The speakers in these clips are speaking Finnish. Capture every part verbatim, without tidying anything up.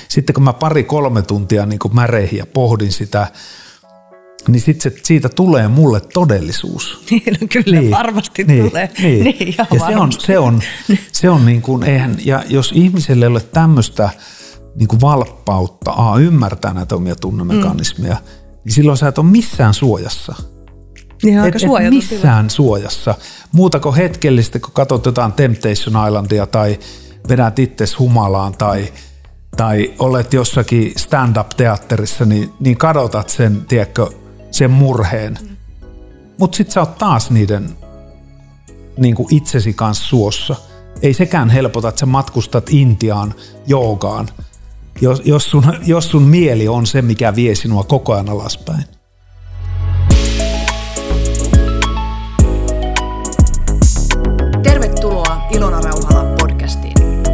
sitten kun mä pari-kolme tuntia niin kuin märeihin ja pohdin sitä, niin sitten siitä tulee mulle todellisuus. No kyllä, niin, varmasti niin, tulee. Niin. Niin, ja se on, se on, se on niin kuin, eihän, ja jos ihmiselle ei ole tämmöistä niin kuin valppautta, a, ymmärtää näitä omia tunnemekanismeja, mm. niin silloin sä et ole missään suojassa. Niin aika et, et missään suojassa. Muuta kuin hetkellisesti, kun katsot jotain Temptation Islandia tai vedät itses humalaan tai, tai olet jossakin stand-up-teatterissa, niin, niin kadotat sen, tiedätkö, sen murheen. Mm. Mutta sit sä oot taas niiden niin kuin itsesi kanssa suossa. Ei sekään helpota, että sä matkustat Intiaan joogaan, jos, jos, sun, jos sun mieli on se, mikä vie sinua koko ajan alaspäin. Tervetuloa Ilona Rauhala podcastiin.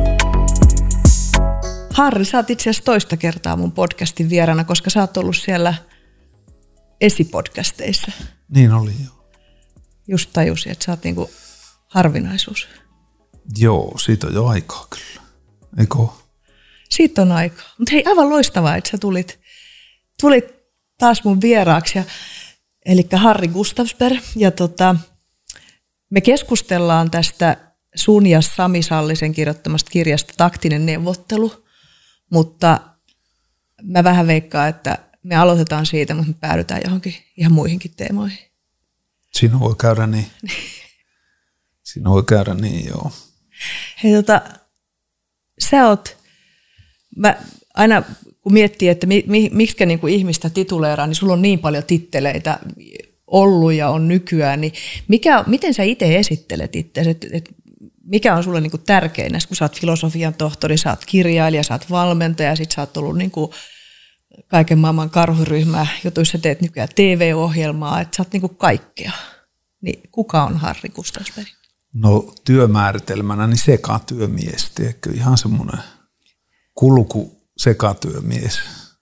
Harri, sä oot itse asiassa toista kertaa mun podcastin vieraana, koska sä oot ollut siellä esipodcasteissa. Niin oli joo. Just tajusin, että sä oot niinku harvinaisuus. Joo, siitä on jo aikaa kyllä. Eikö? Siitä on aikaa. Mutta hei, aivan loistavaa, että sä tulit, tulit taas mun vieraaksi. Ja, eli Harri Gustafsberg. Ja tota, me keskustellaan tästä sun ja Sami Sallisen kirjoittamasta kirjasta Taktinen neuvottelu. Mutta mä vähän veikkaan, että me aloitetaan siitä, mutta me päädytään johonkin ihan muihinkin teemoihin. Siinä voi käydä niin. Siinä voi käydä niin, joo. Hei tota, sä oot, mä aina kun miettii, että mi, mi, miksi niin kuin ihmistä tituleeraa, niin sulla on niin paljon titteleitä ollut ja on nykyään, niin mikä, miten sä itse esittelet itseäsi? Et, et, mikä on sulle niin kuin tärkein, kun sä oot filosofian tohtori, sä oot kirjailija, sä oot valmentaja, sit sä oot ollut niin kuin kaiken maailman karhuryhmää jutuissa, teet nykyään T V-ohjelmaa, että sä oot niin kuin kaikkea. Niin kuka on Harri Gustafsberg? No työmääritelmänä niin sekatyömies, tiedätkö, ihan semmoinen kulku sekatyömies.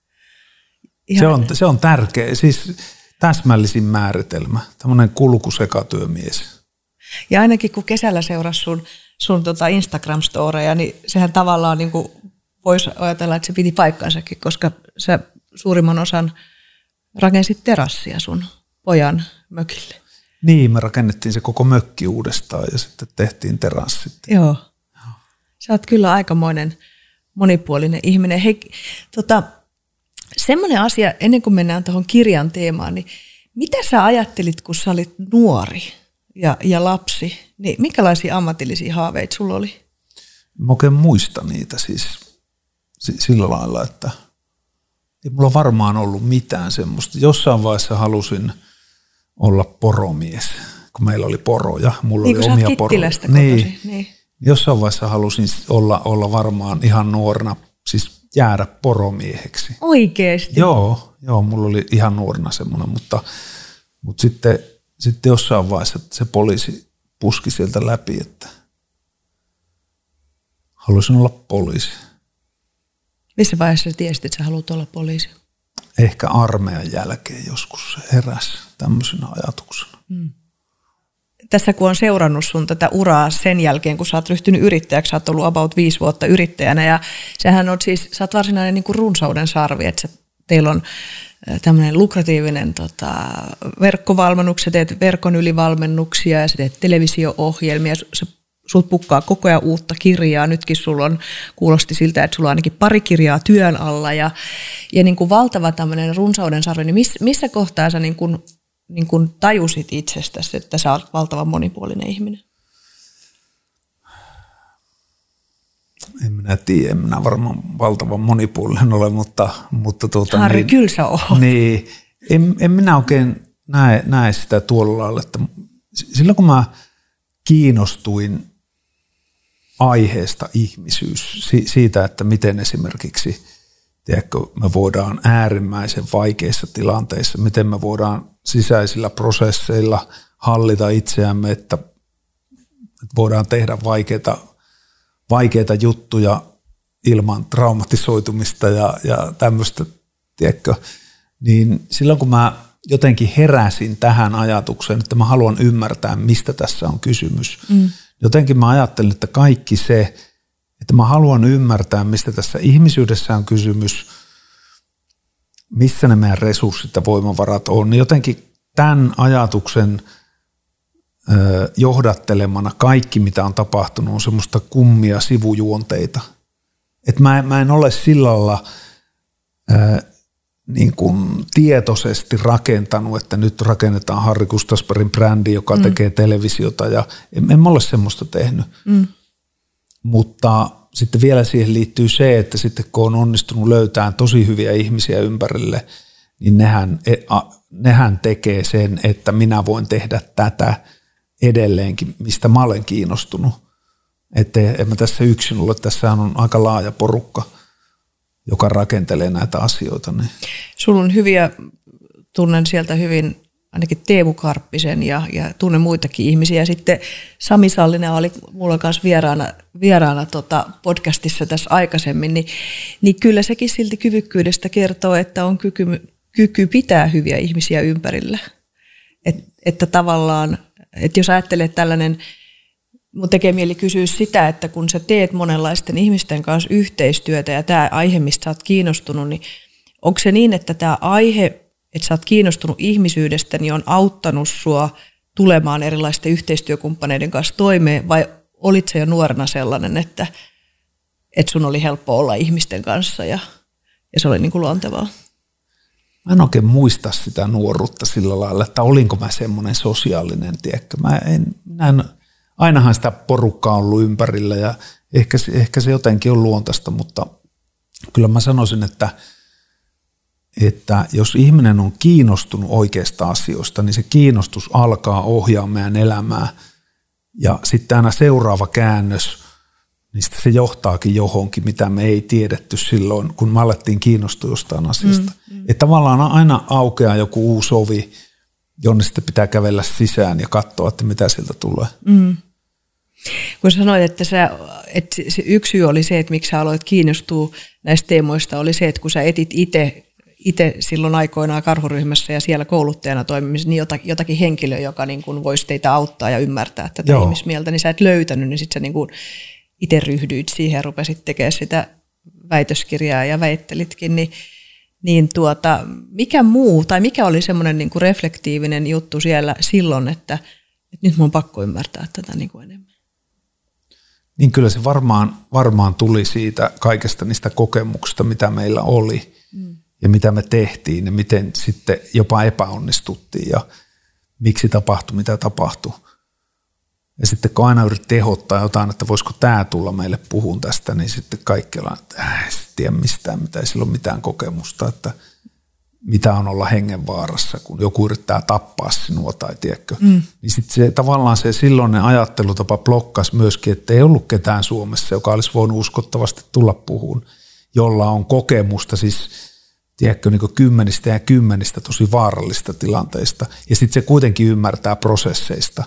Se on, se on tärkeä, siis täsmällisin määritelmä, tämmöinen kulku sekatyömies. Ja ainakin kun kesällä seurasi sun, sun tota Instagram-storeja, niin sehän tavallaan niin kuin voisi ajatella, että se piti paikkansakin, koska sä suurimman osan rakensit terassia sun pojan mökille. Niin, me rakennettiin se koko mökki uudestaan ja sitten tehtiin terassit. Joo. Sä oot kyllä aikamoinen monipuolinen ihminen. Hei, tota, semmoinen asia, ennen kuin mennään tuohon kirjan teemaan, niin mitä sä ajattelit, kun sä olit nuori ja, ja lapsi? Niin minkälaisia ammatillisia haaveita sulla oli? Mä oikein muista niitä siis sillä lailla, että ei mulla varmaan ollut mitään semmoista. Jossain vaiheessa halusin olla poromies, kun meillä oli poroja. Mulla niin, oli omia poroja. Niin. niin. Jossain vaiheessa halusin olla, olla varmaan ihan nuorena, siis jäädä poromieheksi. Oikeesti? Joo, joo, mulla oli ihan nuorena semmoinen, mutta, mutta sitten, sitten jossain vaiheessa se poliisi puski sieltä läpi, että halusin olla poliisi. Missä vaiheessa sä tiesit, että sä haluat olla poliisi? Ehkä armeijan jälkeen joskus se heräsi tämmöisenä ajatuksena. Hmm. Tässä kun on seurannut sun tätä uraa sen jälkeen, kun sä oot ryhtynyt yrittäjäksi, sä oot ollut about viisi vuotta yrittäjänä ja sehän on siis, sä oot varsinainen niin kuin runsauden sarvi, että teillä on tämmöinen lukratiivinen tota, verkkovalmennus, sä teet verkon ylivalmennuksia ja sä teet televisio-ohjelmia, sä sulta pukkaa koko ajan uutta kirjaa. Nytkin sulla on, kuulosti siltä, että sulla on ainakin pari kirjaa työn alla ja, ja niin kuin valtava tämmöinen runsauden sarvi. Niin miss, missä kohtaa sä niin kuin, niin kuin tajusit itsestäsi, että sä oot valtavan monipuolinen ihminen? En minä tiedä, en minä varmaan valtavan monipuolinen ole, mutta... mutta tuota, Harri, niin, kyllä sä oot. Niin, en, en minä oikein näe, näe sitä tuolla lailla, että silloin kun mä kiinnostuin aiheesta ihmisyys, siitä, että miten esimerkiksi tiedätkö, me voidaan äärimmäisen vaikeissa tilanteissa, miten me voidaan sisäisillä prosesseilla hallita itseämme, että voidaan tehdä vaikeita, vaikeita juttuja ilman traumatisoitumista ja, ja tämmöistä, tiedätkö, niin silloin kun mä jotenkin heräsin tähän ajatukseen, että mä haluan ymmärtää, mistä tässä on kysymys. Mm. Jotenkin mä ajattelin, että kaikki se, Että mä haluan ymmärtää, mistä tässä ihmisyydessä on kysymys, missä ne meidän resurssit ja voimavarat on. Niin jotenkin tämän ajatuksen ö, johdattelemana kaikki, mitä on tapahtunut, on semmoista kummia sivujuonteita. Että mä, mä en ole sillä lailla ö, niin kuin tietoisesti rakentanut, että nyt rakennetaan Harry Gustafsbergin brändi, joka mm. tekee televisiota, ja en, en mä ole semmoista tehnyt. Mm. Mutta sitten vielä siihen liittyy se, että sitten kun on onnistunut löytämään tosi hyviä ihmisiä ympärille, niin nehän, nehän tekee sen, että minä voin tehdä tätä edelleenkin, mistä mä olen kiinnostunut. Että en mä tässä yksin ole, tässä on aika laaja porukka, joka rakentelee näitä asioita. Niin. Sulla on hyviä, tunnen sieltä hyvin ainakin Teemu Karppisen ja, ja tunnen muitakin ihmisiä. Sitten Sami Sallinen oli mulla kanssa vieraana, vieraana tota podcastissa tässä aikaisemmin, niin, niin kyllä sekin silti kyvykkyydestä kertoo, että on kyky, kyky pitää hyviä ihmisiä ympärillä. Et, että tavallaan, että jos ajattelee tällainen, mun tekee mieli kysyä sitä, että kun sä teet monenlaisten ihmisten kanssa yhteistyötä ja tämä aihe, mistä sä oot kiinnostunut, niin onko se niin, että tämä aihe, että sä oot kiinnostunut ihmisyydestä, niin on auttanut sua tulemaan erilaisten yhteistyökumppaneiden kanssa toimeen, vai olit sä jo nuorena sellainen, että, että sun oli helppo olla ihmisten kanssa ja, ja se oli niin kuin luontevaa? Mä en oikein muista sitä nuoruutta sillä lailla, että olinko mä semmoinen sosiaalinen, tiedätkö. Mä en, mä en, ainahan sitä porukkaa on ollut ympärillä ja ehkä, ehkä se jotenkin on luontaista, mutta kyllä mä sanoisin, että että jos ihminen on kiinnostunut oikeista asioista, niin se kiinnostus alkaa ohjaa meidän elämää. Ja sitten aina seuraava käännös, niin se johtaakin johonkin, mitä me ei tiedetty silloin, kun me alettiin kiinnostua jostain asiasta. Mm, mm. Että tavallaan aina aukeaa joku uusi ovi, jonne sitten pitää kävellä sisään ja katsoa, että mitä sieltä tulee. Mm. Kun sanoit, että, sä, että se yksi syy oli se, että miksi sä aloit kiinnostua näistä teemoista, oli se, että kun sä etit itse itse silloin aikoinaan karhuryhmässä ja siellä kouluttajana toimimassa, niin jotakin henkilöä, joka niin kuin voisi teitä auttaa ja ymmärtää tätä Joo. ihmismieltä, niin sä et löytänyt, niin sitten sä niin kuin itse ryhdyit siihen ja rupesit tekemään sitä väitöskirjaa ja väittelitkin, niin, niin tuota, mikä muu, tai mikä oli semmoinen niin kuin reflektiivinen juttu siellä silloin, että, että nyt mun on pakko ymmärtää tätä niin kuin enemmän? Niin kyllä se varmaan, varmaan tuli siitä kaikesta niistä kokemuksista, mitä meillä oli. Mm. Ja mitä me tehtiin ja miten sitten jopa epäonnistuttiin ja miksi tapahtui, mitä tapahtui. Ja sitten kun aina yritti ehdottaa jotain, että voisiko tämä tulla meille puhun tästä, niin sitten kaikki ollaan, että äh, ei tiedä mistään, mitä ei sillä ole mitään kokemusta, että mitä on olla hengenvaarassa, kun joku yrittää tappaa sinua tai tiedätkö. Mm. Niin sitten se, tavallaan se silloinen ajattelutapa blokkasi myöskin, että ei ollut ketään Suomessa, joka olisi voinut uskottavasti tulla puhuun, jolla on kokemusta siis tiedätkö, niin kuin kymmenistä ja kymmenistä tosi vaarallista tilanteista. Ja sitten se kuitenkin ymmärtää prosesseista,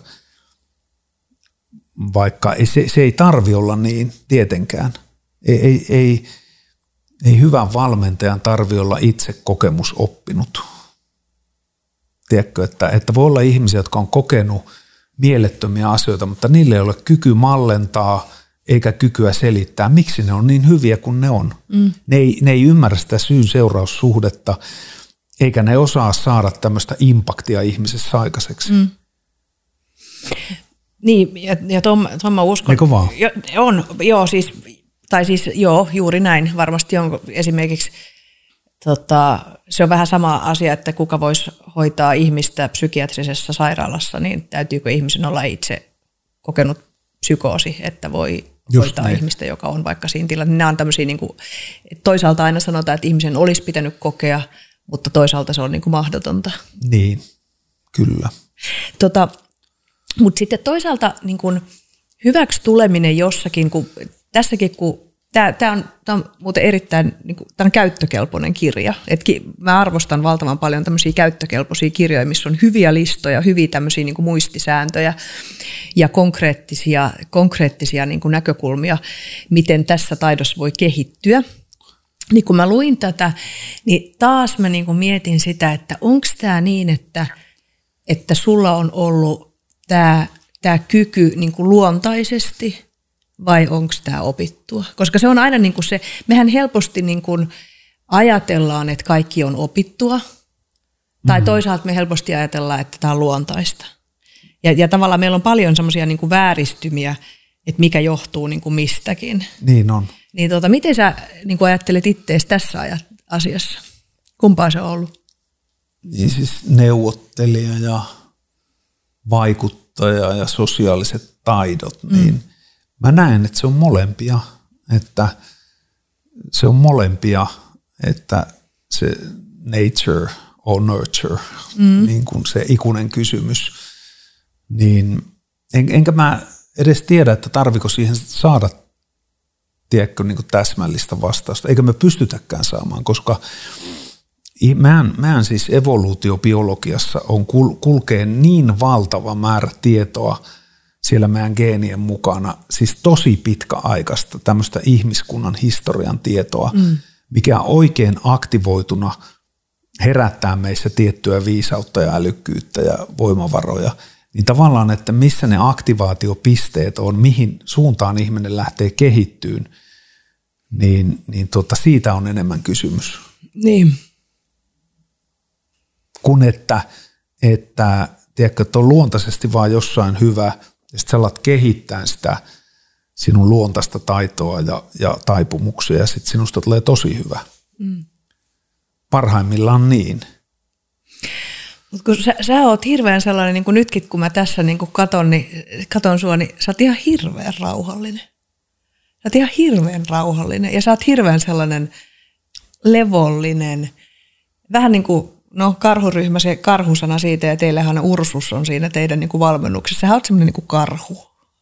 vaikka ei, se, se ei tarvi olla niin tietenkään. Ei, ei, ei, ei hyvän valmentajan tarvi olla itse kokemusoppinut. Tiedätkö, että, että voi olla ihmisiä, jotka on kokenut mielettömiä asioita, mutta niille ei ole kyky mallentaa eikä kykyä selittää, miksi ne on niin hyviä kuin ne on. Mm. Ne, ei, ne ei ymmärrä sitä syyn-seuraussuhdetta, eikä ne osaa saada tämmöistä impaktia ihmisessä aikaiseksi. Mm. Niin, ja, ja Tom, Tom mä uskon. Eikö vaan? Jo, on, joo, siis, tai siis joo, juuri näin. Varmasti on esimerkiksi, tota, se on vähän sama asia, että kuka voisi hoitaa ihmistä psykiatrisessa sairaalassa, niin täytyykö ihmisen olla itse kokenut psykoosi, että voi Just hoitaa näin. Ihmistä, joka on vaikka siinä tilanteessa. Nämä on tämmöisiä, niin kuin, toisaalta aina sanotaan, että ihmisen olisi pitänyt kokea, mutta toisaalta se on niin kuin mahdotonta. Niin, kyllä. Tota, mutta sitten toisaalta niin kuin hyväksi tuleminen jossakin, kun tässäkin, kun tämä on, on muuten erittäin niin kuin, tämä on käyttökelpoinen kirja. Et ki, mä arvostan valtavan paljon tämmöisiä käyttökelpoisia kirjoja, missä on hyviä listoja, hyviä tämmöisiä niin kuin muistisääntöjä ja konkreettisia, konkreettisia niin kuin näkökulmia, miten tässä taidossa voi kehittyä. Niin kun mä luin tätä, niin taas mä niin kuin mietin sitä, että onko tämä niin, että, että sulla on ollut tämä, tämä kyky niin kuin luontaisesti vai onko tämä opittua? Koska se on aina niin kuin se, mehän helposti niin kuin ajatellaan, että kaikki on opittua, tai mm-hmm. toisaalta me helposti ajatellaan, että tämä on luontaista. Ja, ja tavallaan meillä on paljon semmoisia niin kuin vääristymiä, että mikä johtuu niin kuin mistäkin. Niin on. Niin tota, miten sä niin kuin ajattelet itseäsi tässä asiassa? Kumpaa se on ollut? Niin siis neuvottelija ja vaikuttaja ja sosiaaliset taidot, mm. niin mä näen, että se on molempia, että se on molempia, että se nature or nurture, mm. niin kuin se ikuinen kysymys, niin en, enkä mä edes tiedä, että tarviko siihen saada, tiedätkö, niin kuin täsmällistä vastausta, eikä me pystytäkään saamaan, koska Mehän, mehän siis evoluutiobiologiassa on kul, kulkee niin valtava määrä tietoa siellä meidän geenien mukana, siis tosi pitkäaikaista tämmöistä ihmiskunnan historian tietoa, mm. mikä oikein aktivoituna herättää meissä tiettyä viisautta ja älykkyyttä ja voimavaroja, niin tavallaan, että missä ne aktivaatiopisteet on, mihin suuntaan ihminen lähtee kehittyyn, niin, niin tota, siitä on enemmän kysymys. Niin. Kun että, että, tiedätkö, että on luontaisesti vaan jossain hyvä, ja sitten sä alat kehittää sitä sinun luontaista taitoa ja, ja taipumuksia, ja sitten sinusta tulee tosi hyvä. Mm. Parhaimmillaan niin. Mutta kun sä, sä oot hirveän sellainen, niin kuin nytkin kun mä tässä niin kuin katon, niin, katon sua, niin sä oot ihan hirveän rauhallinen. Sä oot ihan hirveän rauhallinen, ja sä oot hirveän sellainen levollinen, vähän niin kuin no karhuryhmä, se karhusana siitä, ja teillähän Ursus on siinä teidän niin kuin valmennuksessa. Sä oot semmoinen niin kuin karhu.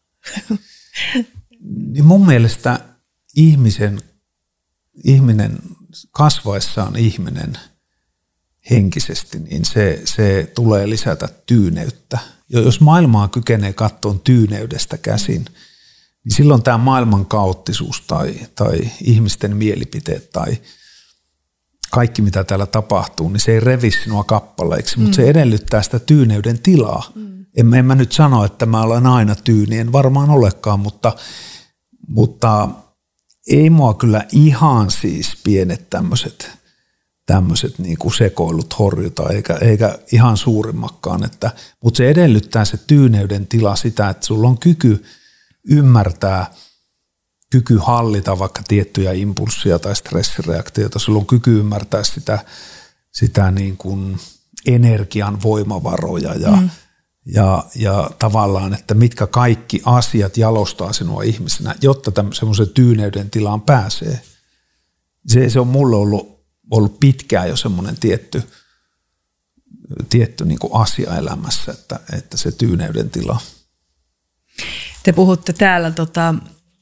Niin mun mielestä ihmisen, ihminen kasvaessaan ihminen henkisesti, niin se, se tulee lisätä tyyneyttä. Jos maailmaa kykenee katsomaan tyyneydestä käsin, niin silloin tämä maailman kaoottisuus tai, tai ihmisten mielipiteet tai kaikki, mitä täällä tapahtuu, niin se ei revi sinua kappaleiksi, mm. mutta se edellyttää sitä tyyneyden tilaa. Mm. En, en mä nyt sano, että mä olen aina tyyni, en varmaan olekaan, mutta, mutta ei mua kyllä ihan siis pienet tämmöiset tämmöiset niin kuin sekoilut horjuta, eikä, eikä ihan suurimmakkaan, että, mutta se edellyttää se tyyneyden tila sitä, että sulla on kyky ymmärtää, kyky hallita vaikka tiettyjä impulssia tai stressireaktioita, sulla on kyky ymmärtää sitä, sitä niin kuin energian voimavaroja ja, mm. ja, ja tavallaan, että mitkä kaikki asiat jalostaa sinua ihmisenä, jotta semmoisen tyyneyden tilaan pääsee. Se, se on mulle ollut, ollut pitkään jo semmoinen tietty, tietty niin kuin asia elämässä, että, että se tyyneyden tila. Te puhutte täällä tota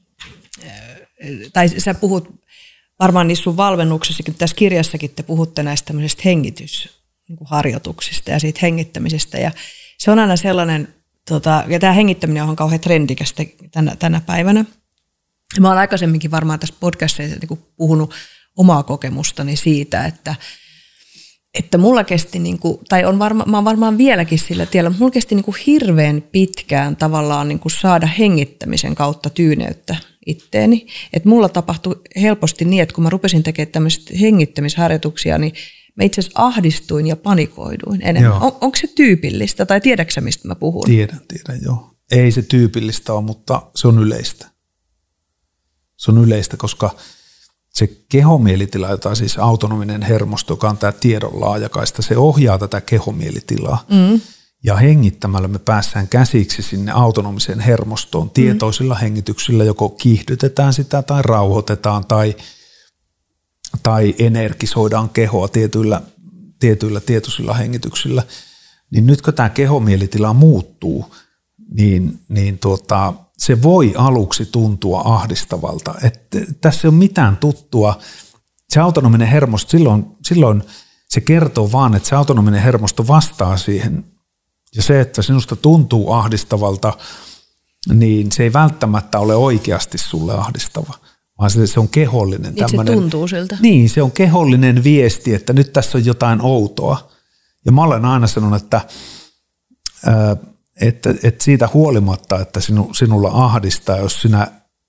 tai sä puhut varmaan niissä sun valmennuksissakin, tässä kirjassakin te puhutte näistä tämmöisistä hengitysharjoituksista ja siitä hengittämisestä. Ja se on aina sellainen, tota, ja tämä hengittäminen on kauhean trendikästä tänä, tänä päivänä. Mä oon aikaisemminkin varmaan tässä podcastissa niin puhunut omaa kokemustani siitä, että, että mulla kesti, niin kuin, tai on varma, mä oon varmaan vieläkin sillä tiellä, mutta mulla kesti niin kuin hirveän pitkään tavallaan niin kuin saada hengittämisen kautta tyyneyttä itteeni. Että mulla tapahtui helposti niin, että kun mä rupesin tekemään tämmöisiä hengittämisharjoituksia, niin mä itse asiassa ahdistuin ja panikoiduin enemmän. On, onko se tyypillistä tai tiedätkö sä, mistä mä puhun? Tiedän, tiedän, joo. Ei se tyypillistä ole, mutta se on yleistä. Se on yleistä, koska se kehomielitila, jota siis autonominen hermosto, joka on tämä tiedon laajakaista, se ohjaa tätä kehomielitilaa. Mm. Ja hengittämällä me päässään käsiksi sinne autonomiseen hermostoon tietoisilla mm. hengityksillä, joko kiihdytetään sitä tai rauhoitetaan tai, tai energisoidaan kehoa tietyillä, tietyillä tietoisilla hengityksillä. Niin nyt kun tämä kehomielitila muuttuu, niin, niin tuota, se voi aluksi tuntua ahdistavalta. Että tässä ei ole mitään tuttua. Se autonominen hermosto, silloin, silloin se kertoo vaan, että se autonominen hermosto vastaa siihen. Ja se, että sinusta tuntuu ahdistavalta, niin se ei välttämättä ole oikeasti sulle ahdistava, vaan se, se on kehollinen. Niin se tuntuu siltä. Niin, se on kehollinen viesti, että nyt tässä on jotain outoa. Ja mä olen aina sanonut, että, että, että siitä huolimatta, että sinu, sinulla ahdistaa, jos sinä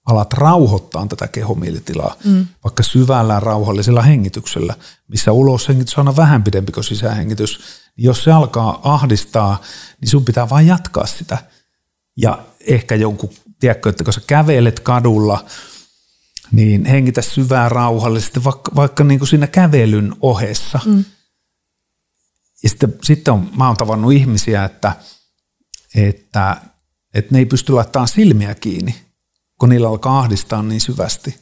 alat rauhoittaa tätä kehomielitilaa, mm. vaikka syvällä rauhallisella hengityksellä, missä uloshengitys on aina vähän pidempi kuin sisähengitys, niin jos se alkaa ahdistaa, niin sun pitää vain jatkaa sitä. Ja ehkä jonkun, tiedätkö, että kun sä kävelet kadulla, niin hengitä syvää rauhallisesti, vaikka, vaikka niin kuin siinä kävelyn ohessa. Mm. Ja sitten, sitten on, mä oon tavannut ihmisiä, että, että, että ne ei pysty laittamaan silmiä kiinni, kun niillä alkaa ahdistaa niin syvästi.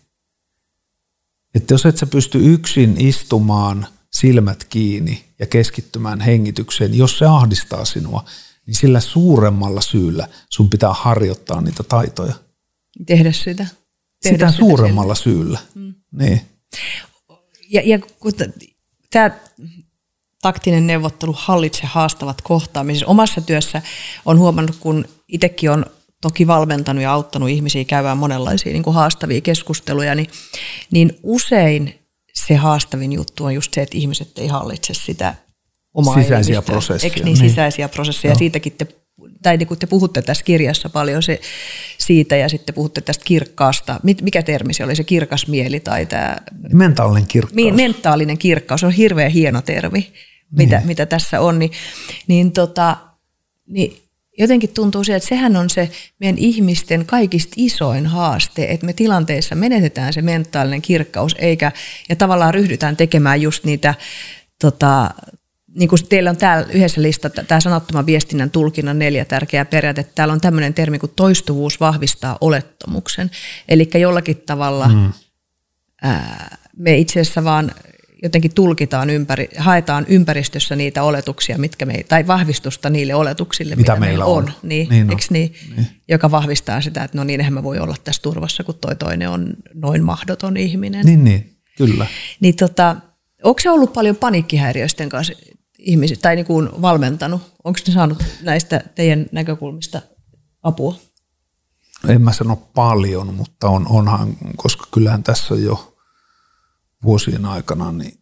Että jos et sä pysty yksin istumaan silmät kiinni ja keskittymään hengitykseen, jos se ahdistaa sinua, niin sillä suuremmalla syyllä sun pitää harjoittaa niitä taitoja. Tehdä sitä. Tehdä sitä, sitä suuremmalla sitä. syyllä. Mm. Niin. Ja, ja kun tämä taktinen neuvottelu, hallitse haastavat kohtaamisessa. Omassa työssä on huomannut, kun itsekin on toki valmentanut ja auttanut ihmisiä käymään monenlaisia niin kuin haastavia keskusteluja, niin, niin usein se haastavin juttu on just se, että ihmiset ei hallitse sitä omaa sisäisiä elimistä. prosesseja. Eikö niin, niin, sisäisiä prosesseja. Siitäkin te, tai niin kuin te puhutte tässä kirjassa paljon se, siitä ja sitten puhutte tästä kirkkaasta. Mikä termi se oli, se kirkas mieli tai tämä? Mentaalinen kirkkaus. Mentaalinen kirkkaus, se on hirveän hieno termi, mitä, niin. mitä tässä on. Niin, niin, tota, niin jotenkin tuntuu se, että sehän on se meidän ihmisten kaikista isoin haaste, että me tilanteissa menetetään se mentaalinen kirkkaus eikä, ja tavallaan ryhdytään tekemään just niitä, tota, niin kuin teillä on täällä yhdessä listassa tämä sanattoman viestinnän tulkinnan neljä tärkeää periaatetta. Täällä on tämmöinen termi kuin toistuvuus vahvistaa olettamuksen. Eli jollakin tavalla mm. ää, me itse asiassa vaan jotenkin tulkitaan, ympäri, haetaan ympäristössä niitä oletuksia, mitkä me, tai vahvistusta niille oletuksille, mitä, mitä meillä on. on. Niin, niin, eikö niin? niin? Joka vahvistaa sitä, että no niin, eihän mä voi olla tässä turvassa, kun toi toinen on noin mahdoton ihminen. Niin, niin kyllä. Niin tota, onko se ollut paljon paniikkihäiriöisten kanssa ihmiset, tai niin kuin valmentanut? Onko ne saanut näistä teidän näkökulmista apua? En mä sano paljon, mutta on, onhan, koska kyllähän tässä on jo vuosien aikana niin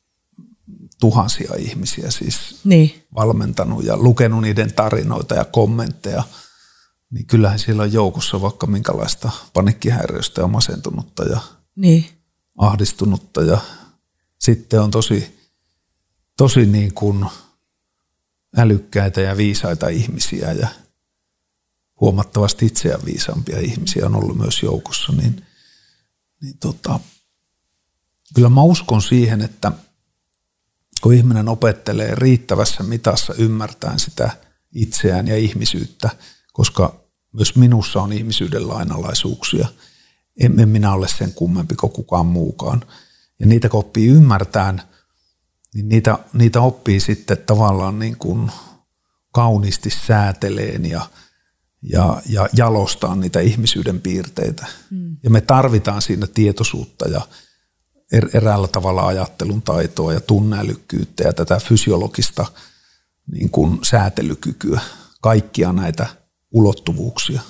tuhansia ihmisiä siis niin. valmentanut ja lukenut niiden tarinoita ja kommentteja, niin kyllähän siellä on joukossa vaikka minkälaista paniikkihäiriöstä ja masentunutta ja niin. ahdistunutta ja sitten on tosi, tosi niin kuin älykkäitä ja viisaita ihmisiä ja huomattavasti itseään viisaampia ihmisiä on ollut myös joukossa, niin, niin tota, kyllä mä uskon siihen, että kun ihminen opettelee riittävässä mitassa ymmärtäen sitä itseään ja ihmisyyttä, koska myös minussa on ihmisyyden lainalaisuuksia, en minä ole sen kummempi kuin kukaan muukaan. Ja niitä kun oppii ymmärtämään, niin niitä, niitä oppii sitten tavallaan niin kuin kauniisti sääteleen ja, ja, ja jalostaa niitä ihmisyyden piirteitä. Mm. Ja me tarvitaan siinä tietoisuutta ja eräällä tavalla ajattelun taitoa ja tunneälykkyyttä ja tätä fysiologista niin kuin säätelykykyä, kaikkia näitä ulottuvuuksia.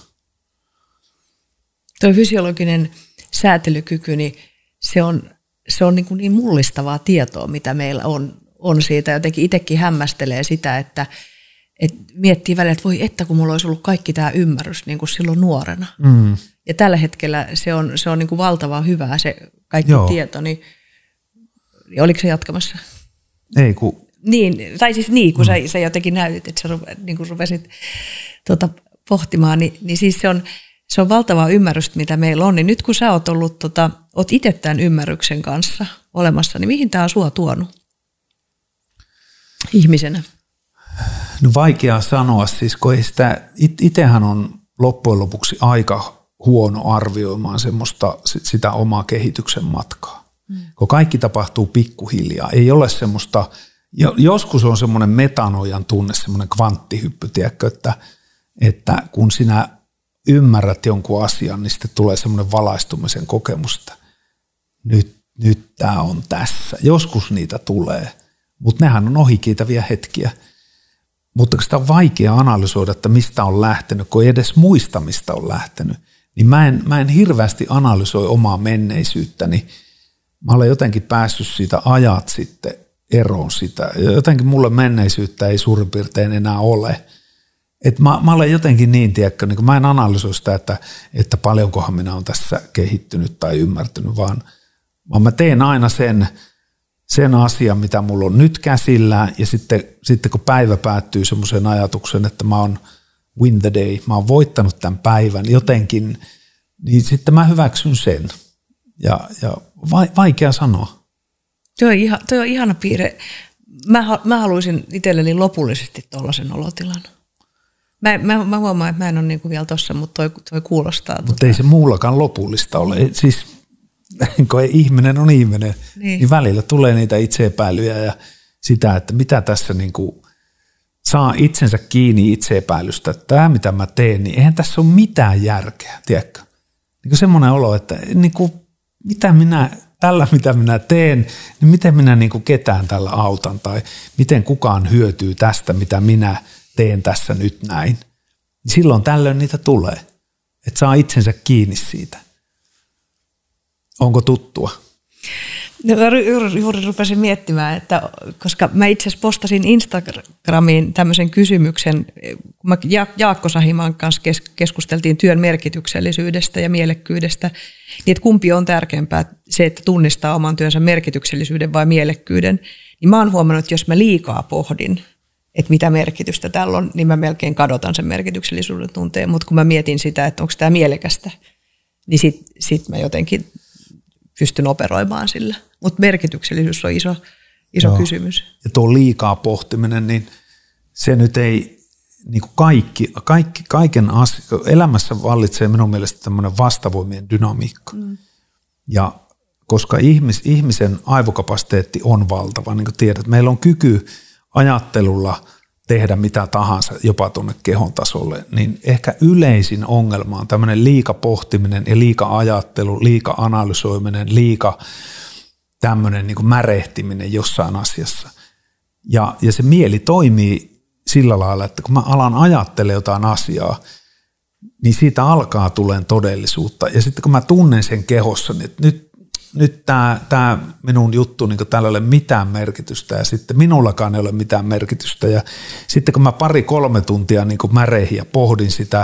Tuo fysiologinen säätelykyky, niin se on, se on niin, kuin niin mullistavaa tietoa, mitä meillä on, on siitä. Jotenkin itsekin hämmästelee sitä, että, että miettii välillä, että voi että kun mulla olisi ollut kaikki tämä ymmärrys niin kuin silloin nuorena. Mm. Ja tällä hetkellä se on, se on niin kuin valtavan hyvää se kaikki Joo. tieto, niin oliko se jatkamassa? Ei kun... Niin, tai siis niin, kun mm. sä, sä jotenkin näytit, että sä rupe, niin kun rupesit tuota, pohtimaan, niin, niin siis se on, se on valtavaa ymmärrystä, mitä meillä on. Niin nyt kun sä oot ollut, tota, oot itse tämän ymmärryksen kanssa olemassa, niin mihin tämä on sua tuonut ihmisenä? No vaikea sanoa, siis kun ei sitä, itsehän on loppujen lopuksi aika huono arvioimaan semmoista, sitä omaa kehityksen matkaa. Mm. Kun kaikki tapahtuu pikkuhiljaa, ei ole semmoista, joskus on semmoinen metanoian tunne, semmoinen kvanttihyppy, tiedätkö, että, että kun sinä ymmärrät jonkun asian, niin sitten tulee semmoinen valaistumisen kokemus, että nyt, nyt tämä on tässä. Joskus niitä tulee, mutta nehän on ohikiitäviä hetkiä. Mutta sitä on vaikea analysoida, että mistä on lähtenyt, kun ei edes muista, mistä on lähtenyt. Niin mä en, mä en hirveästi analysoi omaa menneisyyttäni. Mä olen jotenkin päässyt siitä ajat sitten eroon sitä. Ja jotenkin mulle menneisyyttä ei suurin piirtein enää ole. Et mä, mä olen jotenkin niin, tiedätkö, niin mä en analysoi sitä, että, että paljonkohan minä olen tässä kehittynyt tai ymmärtänyt, vaan, vaan mä teen aina sen, sen asian, mitä mulla on nyt käsillään, ja sitten, sitten kun päivä päättyy semmoiseen ajatuksen, että mä oon win the day, mä oon voittanut tämän päivän jotenkin, niin sitten mä hyväksyn sen. Ja, ja vaikea sanoa. Tuo on, ihan, tuo on ihana piirre. Mä, mä haluaisin itselleni lopullisesti tuollaisen olotilan. Mä, mä, mä huomaan, että mä en ole niinku vielä tossa, mutta toi, toi kuulostaa. Mutta tota... ei se muullakaan lopullista ole. Siis kun ihminen on ihminen, niin. niin välillä tulee niitä itseepäilyjä ja sitä, että mitä tässä niinku saa itsensä kiinni itseepäilystä. Että tämä, mitä mä teen, niin eihän tässä ole mitään järkeä, tiedätkö? Niin semmoinen olo, että niin kuin, mitä minä, tällä mitä minä teen, niin miten minä niin kuin ketään tällä autan tai miten kukaan hyötyy tästä, mitä minä teen tässä nyt näin. Silloin tällöin niitä tulee, että saa itsensä kiinni siitä. Onko tuttua? No, juuri, juuri rupesin miettimään, että koska mä itse asiassa postasin Instagramiin tämmöisen kysymyksen, kun mä Jaakko Sahimaan kanssa keskusteltiin työn merkityksellisyydestä ja mielekkyydestä, niin että kumpi on tärkeämpää, se, että tunnistaa oman työnsä merkityksellisyyden vai mielekkyyden, niin mä oon huomannut, että jos mä liikaa pohdin, että mitä merkitystä tällä on, niin mä melkein kadotan sen merkityksellisyyden tunteen, mutta kun mä mietin sitä, että onko tämä mielekästä, niin sit, sit mä jotenkin pystyn operoimaan sillä. Mutta merkityksellisyys on iso, iso kysymys. Ja tuo liikaa pohtiminen, niin se nyt ei, niin kuin kaikki, kaikki, kaiken asia, elämässä vallitsee minun mielestä tämmöinen vastavoimien dynamiikka. Mm. Ja koska ihmis, ihmisen aivokapasiteetti on valtava, niin kuin tiedät, meillä on kyky ajattelulla tehdä mitä tahansa jopa tuonne kehon tasolle, niin ehkä yleisin ongelma on tämmöinen liika pohtiminen ja liika ajattelu, liika analysoiminen, liika tämmöinen niin kuin märehtiminen jossain asiassa. Ja, ja se mieli toimii sillä lailla, että kun mä alan ajattelemaan jotain asiaa, niin siitä alkaa tulemaan todellisuutta. Ja sitten kun mä tunnen sen kehossa, niin nyt nyt tämä, tämä minun juttu, niin tällä ei ole mitään merkitystä ja sitten minullakaan ei ole mitään merkitystä. Ja sitten kun mä pari-kolme tuntia niin märehin ja pohdin sitä,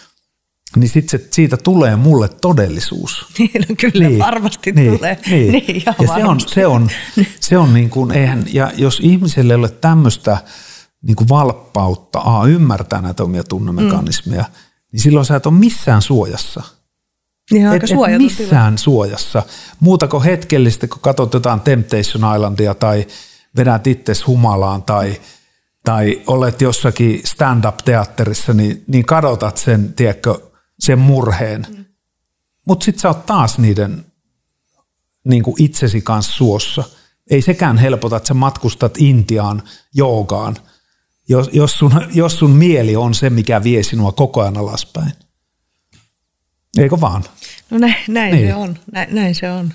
niin sitten se, siitä tulee mulle todellisuus. No kyllä, niin, varmasti niin, tulee. Niin. Niin, ja se on, se on, se on niin kuin, eihän, ja jos ihmiselle ei ole tämmöistä niin kuin valppautta, a, ymmärtää näitä omia tunnemekanismeja, mm. niin silloin sä et ole missään suojassa. Niin et, et missään hyvä. Suojassa. Muuta kuin hetkellisesti, kun katsot jotain Temptation Islandia tai vedät itsesi humalaan tai, tai olet jossakin stand-up-teatterissa, niin, niin kadotat sen, tiedätkö, sen murheen. Mm. Mutta sitten sä oot taas niiden niin kuin itsesi kanssa suossa. Ei sekään helpota, että sä matkustat Intiaan joogaan, jos, jos, sun, jos sun mieli on se, mikä vie sinua koko ajan alaspäin. Eikö vaan? No näin, näin niin. se on. Näin, näin se on.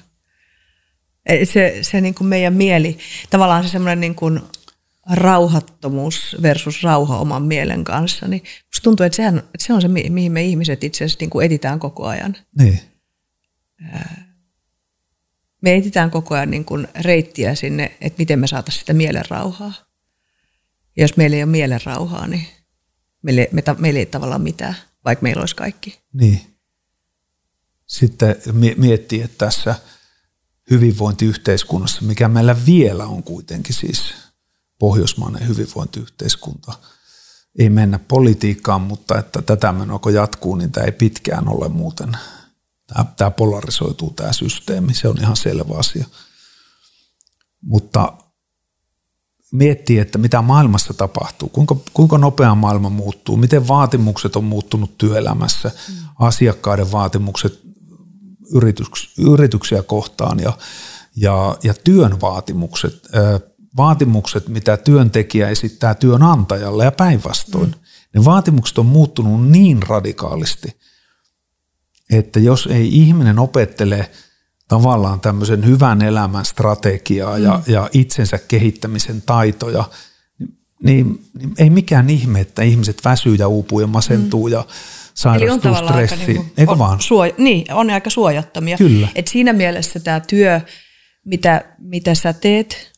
Se, se niin kuin meidän mieli, tavallaan se semmoinen niin kuin rauhattomuus versus rauha oman mielen kanssa, niin musta tuntuu, että, sehän, että se on se, mihin me ihmiset itse asiassa niin kuin etsitään koko ajan. Niin. Me etsitään koko ajan niin kuin reittiä sinne, että miten me saataisiin sitä mielen rauhaa. Ja jos meillä ei ole mielen rauhaa, niin meillä, me, meillä ei tavallaan mitään, vaikka meillä olisi kaikki. Niin. Sitten miettii, että tässä hyvinvointiyhteiskunnassa, mikä meillä vielä on kuitenkin siis pohjoismainen hyvinvointiyhteiskunta, ei mennä politiikkaan, mutta että tätä menoa kun jatkuu, niin tämä ei pitkään ole muuten. Tämä, tämä polarisoituu tämä systeemi, se on ihan selvä asia. Mutta miettii, että mitä maailmassa tapahtuu, kuinka, kuinka nopea maailma muuttuu, miten vaatimukset on muuttunut työelämässä, mm. asiakkaiden vaatimukset yrityks, yrityksiä kohtaan ja, ja, ja työn vaatimukset, ää, vaatimukset, mitä työntekijä esittää työnantajalle ja päinvastoin. Mm. Ne vaatimukset on muuttunut niin radikaalisti, että jos ei ihminen opettele tavallaan tämmöisen hyvän elämän strategiaa ja, mm. ja itsensä kehittämisen taitoja, niin, niin ei mikään ihme, että ihmiset väsyy ja uupuu ja masentuu mm. ja sairastuu stressiin. Niin Eikö vaan? Suoja, niin, on aika suojattomia. Kyllä. Et siinä mielessä tämä työ, mitä, mitä sä teet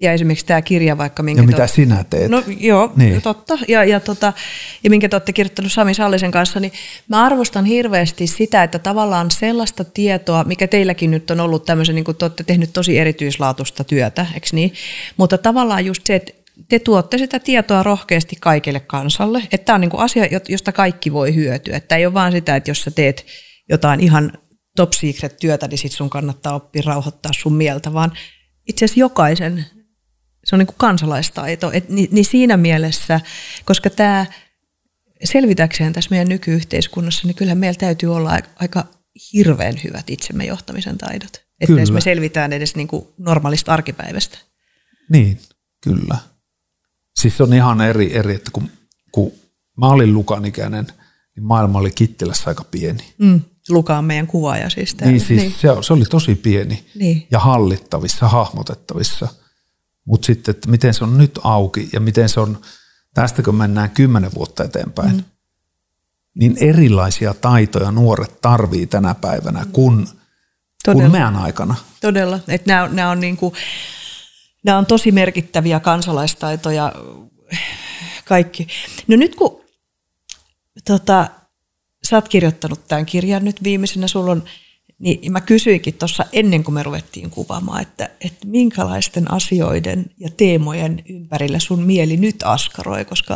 Ja esimerkiksi tämä kirja vaikka... Minkä ja mitä te... sinä teet. No joo, niin. totta. Ja, ja, tota, ja minkä te olette kirjoittanut Sami Sallisen kanssa, niin mä arvostan hirveästi sitä, että tavallaan sellaista tietoa, mikä teilläkin nyt on ollut tämmöisen, niin kuin te olette tehnyt tosi erityislaatuista työtä, eikö niin? Mutta tavallaan just se, että te tuotte sitä tietoa rohkeasti kaikille kansalle, että tämä on niin kuin asia, josta kaikki voi hyötyä. Että ei ole vaan sitä, että jos sä teet jotain ihan top secret työtä, niin sit sun kannattaa oppia rauhoittaa sun mieltä, vaan itse asiassa jokaisen... Se on niin kuin kansalaistaito, et, niin, niin siinä mielessä, koska tämä selvitäkseen tässä meidän nykyyhteiskunnassa, niin kyllä meillä täytyy olla aika hirveän hyvät itsemme johtamisen taidot, että jos me selvitään edes niin kuin normaalista arkipäivästä. Niin, kyllä. Siis on ihan eri, eri että kun, kun mä olin Lukan ikäinen, niin maailma oli Kittilässä aika pieni. Mm, Luka on meidän kuvaaja siis. Täällä. Niin, siis niin. Se, se oli tosi pieni niin. Ja hallittavissa, hahmotettavissa. Mutta sitten, että miten se on nyt auki ja miten se on, tästä kun mennään kymmenen vuotta eteenpäin, mm. niin erilaisia taitoja nuoret tarvii tänä päivänä kuin, kuin meidän aikana. Todella, että nämä, nämä, on niin kuin, nämä on tosi merkittäviä kansalaistaitoja kaikki. No nyt kun tota, sä oot kirjoittanut tämän kirjan nyt viimeisenä, sulla on... Niin mä kysyinkin tuossa ennen kuin me ruvettiin kuvaamaan, että, että minkälaisten asioiden ja teemojen ympärillä sun mieli nyt askaroi, koska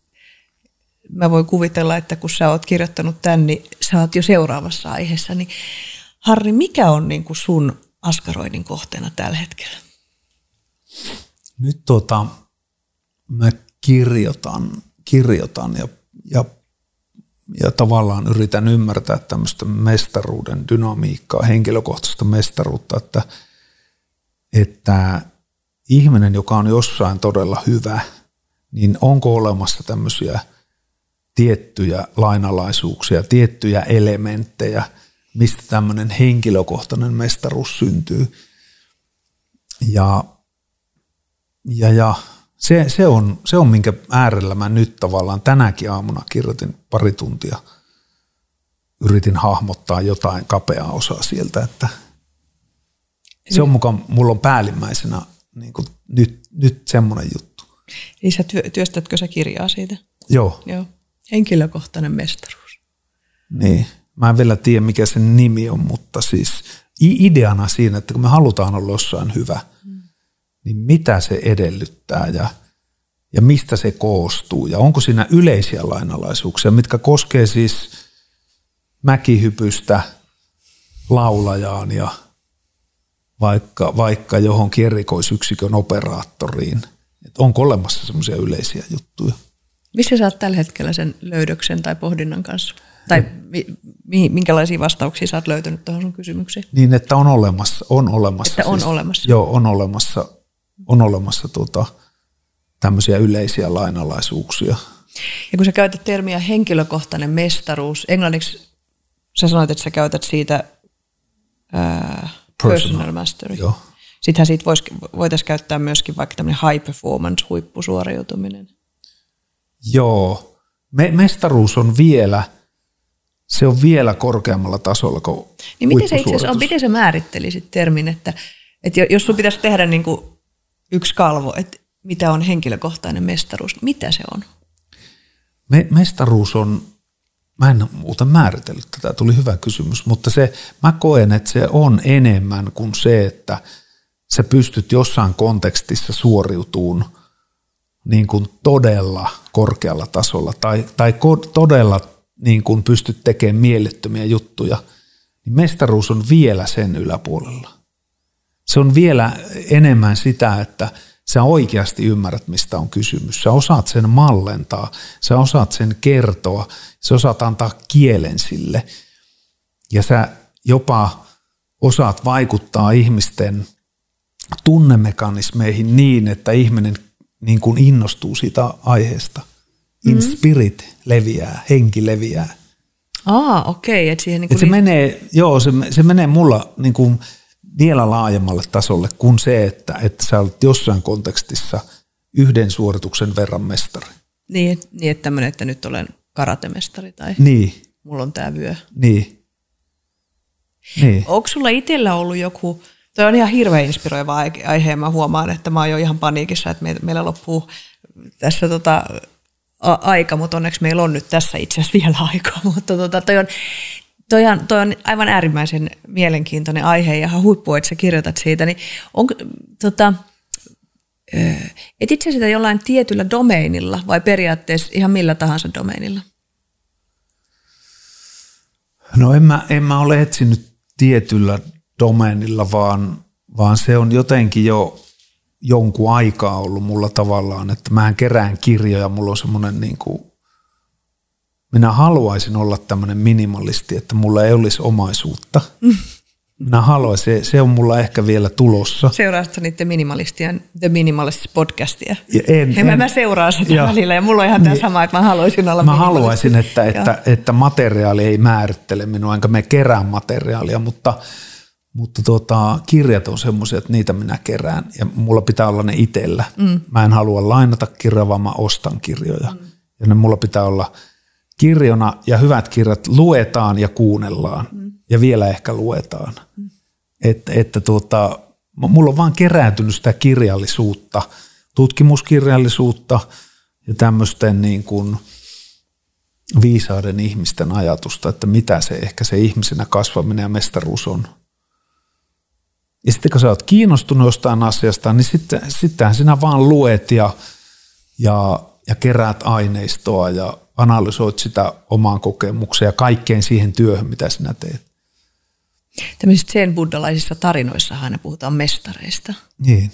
mä voin kuvitella, että kun sä oot kirjoittanut tämän, niin sä oot jo seuraavassa aiheessa. Niin Harri, mikä on niin kuin sun askaroinnin kohteena tällä hetkellä? Nyt tota, mä kirjoitan, kirjoitan ja, ja Ja tavallaan yritän ymmärtää tämmöistä mestaruuden dynamiikkaa, henkilökohtaista mestaruutta, että, että ihminen, joka on jossain todella hyvä, niin onko olemassa tämmöisiä tiettyjä lainalaisuuksia, tiettyjä elementtejä, mistä tämmöinen henkilökohtainen mestaruus syntyy. Ja, ja, ja Se, se, on, se on, minkä äärellä mä nyt tavallaan tänäkin aamuna kirjoitin pari tuntia, yritin hahmottaa jotain kapeaa osaa sieltä, että se on mukaan, mulla on päällimmäisenä niin kuin nyt, nyt semmoinen juttu. Niin sä työstätkö sä kirjaa siitä? Joo. Joo. Henkilökohtainen mestaruus. Niin, mä en vielä tiedä mikä sen nimi on, mutta siis ideana siinä, että kun me halutaan olla jossain hyvä, hmm. niin mitä se edellyttää ja, ja mistä se koostuu ja onko siinä yleisiä lainalaisuuksia, mitkä koskee siis mäkihypystä laulajaan ja vaikka, vaikka johonkin erikoisyksikön operaattoriin. Et onko olemassa semmoisia yleisiä juttuja? Missä sä oot tällä hetkellä sen löydöksen tai pohdinnan kanssa? Tai mi, minkälaisia vastauksia sä oot löytänyt tuohon sun kysymykseen? Niin, että on olemassa. On olemassa että on siis, olemassa. Joo, on olemassa, on olemassa tuota, tämmöisiä yleisiä lainalaisuuksia. Ja kun sä käytät termiä henkilökohtainen mestaruus, englanniksi sä sanoit, että sä käytät siitä ää, personal, personal mastery. Joo. Sittenhän siitä vois, voitaisiin käyttää myöskin vaikka tämmöinen high performance, huippusuoriutuminen. Joo. Me, mestaruus on vielä, se on vielä korkeammalla tasolla kuin niin miten se itse asiassa on, miten sä määrittelisit termin, että, että jos sun pitäisi tehdä niin kuin yksi kalvo, että mitä on henkilökohtainen mestaruus, mitä se on? Me, mestaruus on, mä en muuten määritellyt tätä, tuli hyvä kysymys, mutta se, mä koen, että se on enemmän kuin se, että sä pystyt jossain kontekstissa suoriutumaan niin kuin todella korkealla tasolla tai, tai todella niin kuin pystyt tekemään mielettömiä juttuja, niin mestaruus on vielä sen yläpuolella. Se on vielä enemmän sitä, että sä oikeasti ymmärrät, mistä on kysymys. Sä osaat sen mallentaa, sä osaat sen kertoa, sä osaat antaa kielen sille ja sä jopa osaat vaikuttaa ihmisten tunnemekanismeihin niin, että ihminen niin kuin innostuu siitä aiheesta. In spirit leviää, henki leviää. Aa, okei. Okay. Siihen niin Et se, menee, joo, se, se menee mulla niin kuin vielä laajemmalle tasolle kuin se, että, että sä olet jossain kontekstissa yhden suorituksen verran mestari. Niin, niin että tämmöinen, että nyt olen karatemestari tai niin. Mulla on tämä vyö. Niin. niin. Onko sulla itsellä ollut joku, Tuo on ihan hirveän inspiroiva aihe ja mä huomaan, että mä oon jo ihan paniikissa, että meillä loppuu tässä tota, a- aika, mutta onneksi meillä on nyt tässä itse asiassa vielä aikaa. Mutta tota, toi, on, toi, on, toi on aivan äärimmäisen mielenkiintoinen aihe ja ihan huippua, että sä kirjoitat siitä. Niin onko, tota, etsit sä sitä jollain tietyllä domeinilla vai periaatteessa ihan millä tahansa domeinilla? No en mä, en mä ole etsinyt tietyllä domeenilla, vaan, vaan se on jotenkin jo jonkun aikaa ollut mulla tavallaan, että mä kerään kirjoja, mulla on semmoinen niin kuin, minä haluaisin olla tämmöinen minimalisti, että mulla ei olisi omaisuutta. Minä haluaisin, se on mulla ehkä vielä tulossa. Seuraatko niiden minimalistien The Minimalist podcastia? En, en, en, mä seuraan sitä ja, välillä ja mulla on ihan niin, tämä sama, että mä haluaisin olla Mä haluaisin, että, että, että materiaali ei määrittele minua, enkä me kerään materiaalia, mutta, mutta tuota, kirjat on semmoisia, että niitä minä kerään ja mulla pitää olla ne itsellä. Mm. Mä en halua lainata kirjoja, vaan mä ostan kirjoja. Mm. Ja ne mulla pitää olla kirjona ja hyvät kirjat luetaan ja kuunnellaan. Mm. Ja vielä ehkä luetaan. Mm. Että, että tuota, mulla on vaan kerääntynyt sitä kirjallisuutta, tutkimuskirjallisuutta ja tämmöisten niin kuin viisaiden ihmisten ajatusta, että mitä se ehkä se ihmisenä kasvaminen ja mestaruus on. Ja sitten kun sä oot kiinnostunut jostain asiasta, niin sitten, sittenhän sinä vaan luet ja, ja, ja keräät aineistoa ja analysoit sitä omaan kokemukseen ja kaikkeen siihen työhön, mitä sinä teet. Tämmöisissä zen-buddhalaisissa tarinoissa aina puhutaan mestareista. Niin.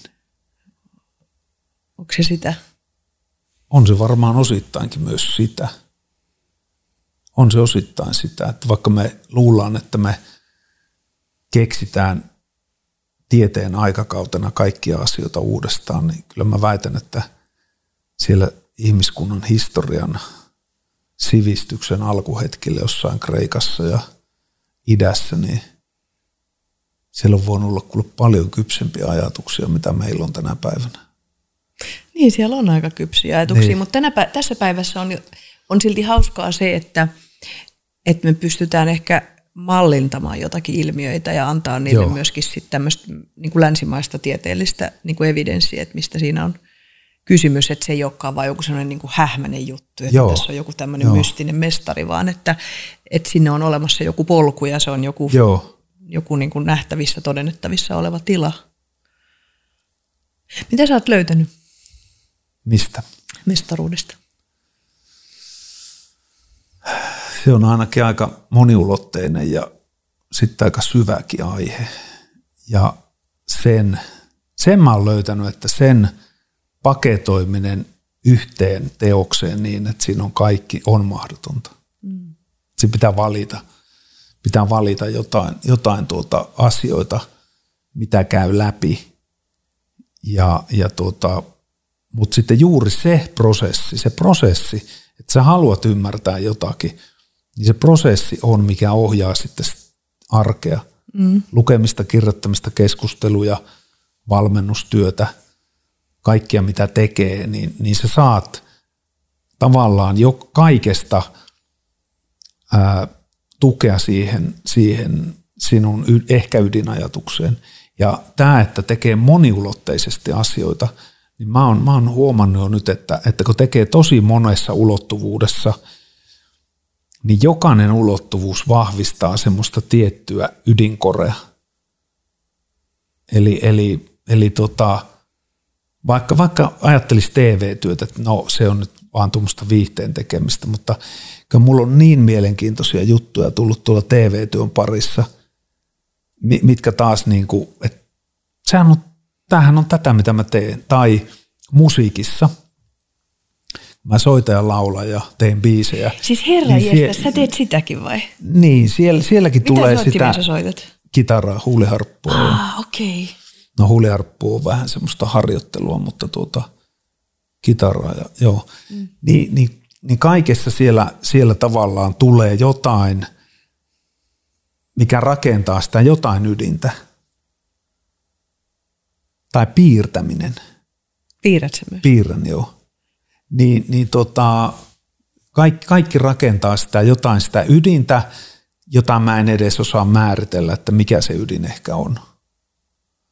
Onko se sitä? On se varmaan osittainkin myös sitä. On se osittain sitä, että vaikka me luullaan, että me keksitään tieteen aikakautena kaikkia asioita uudestaan, niin kyllä mä väitän, että siellä ihmiskunnan historian sivistyksen alkuhetkille jossain Kreikassa ja idässä, niin siellä on voinut olla kuule paljon kypsempiä ajatuksia, mitä meillä on tänä päivänä. Niin, siellä on aika kypsiä ajatuksia, niin. Mutta tänä, tässä päivässä on, on silti hauskaa se, että, että me pystytään ehkä mallintamaan jotakin ilmiöitä ja antaa niille Joo. myöskin sitten tämmöistä niin kuin länsimaista tieteellistä niin kuin evidenssiä, että mistä siinä on kysymys, että se ei olekaan vaan joku sellainen niin kuin hähmäinen juttu, että Joo. tässä on joku tämmöinen Joo. mystinen mestari, vaan että, että sinne on olemassa joku polku ja se on joku, joku niin kuin nähtävissä, todennettavissa oleva tila. Mitä sä oot löytänyt? Mistä? Mestaruudesta. Se on ainakin aika moniulotteinen ja sitten aika syväkin aihe. Ja sen, sen mä oon löytänyt, että sen paketoiminen yhteen teokseen niin, että siinä on kaikki, on mahdotonta. Mm. Se pitää valita. Pitää valita jotain, jotain tuota asioita, mitä käy läpi. Ja, ja tuota, mutta sitten juuri se prosessi, se prosessi, että sä haluat ymmärtää jotakin, niin se prosessi on, mikä ohjaa sitten arkea. Mm. Lukemista, kirjoittamista, keskusteluja, valmennustyötä, kaikkia mitä tekee, niin, niin sä saat tavallaan jo kaikesta ää, tukea siihen, siihen sinun y, ehkä ydinajatukseen. Ja tämä, että tekee moniulotteisesti asioita, niin mä oon, mä oon huomannut jo nyt, että, että kun tekee tosi monessa ulottuvuudessa, niin jokainen ulottuvuus vahvistaa semmoista tiettyä ydinkorea. Eli, eli, eli tota, vaikka, vaikka ajattelisi T V-työtä, että no se on nyt vaan tuommoista viihteen tekemistä, mutta kyllä mulla on niin mielenkiintoisia juttuja tullut tuolla T V-työn parissa, mitkä taas niin kuin, että sehän on, tämähän on tätä, mitä mä teen. Tai musiikissa. Mä soitan ja laulan ja teen biisejä. Siis herra niin jestas, sie- sä teet sitäkin vai? Niin, siellä, sielläkin mitä tulee sitä. Mitä sä soitat? Kitaraa, huuliharppua. Ah, okei. Okay. No huuliharppu on vähän semmoista harjoittelua, mutta tuota kitaraa ja joo. Mm. Niin, niin, niin kaikessa siellä, siellä tavallaan tulee jotain, mikä rakentaa sitä jotain ydintä. Tai piirtäminen. Piirrät se myös? Piirrän, joo. Niin, niin tota, kaikki, kaikki rakentaa sitä jotain sitä ydintä, jota mä en edes osaa määritellä, että mikä se ydin ehkä on.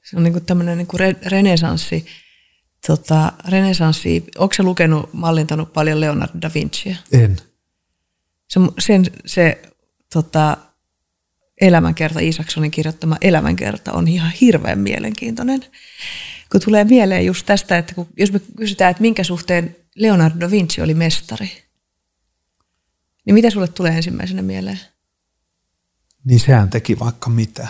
Se on niinku tämmöinen niinku re, renesanssi, tota, renesanssi. Onko se lukenut, mallintanut paljon Leonardo da Vinciä? En. Se, sen, se tota, elämänkerta, Isaacsonin kirjoittama elämänkerta on ihan hirveän mielenkiintoinen. Kun tulee mieleen just tästä, että kun, jos me kysytään, että minkä suhteen Leonardo da Vinci oli mestari, niin mitä sulle tulee ensimmäisenä mieleen? Niin sehän teki vaikka mitä.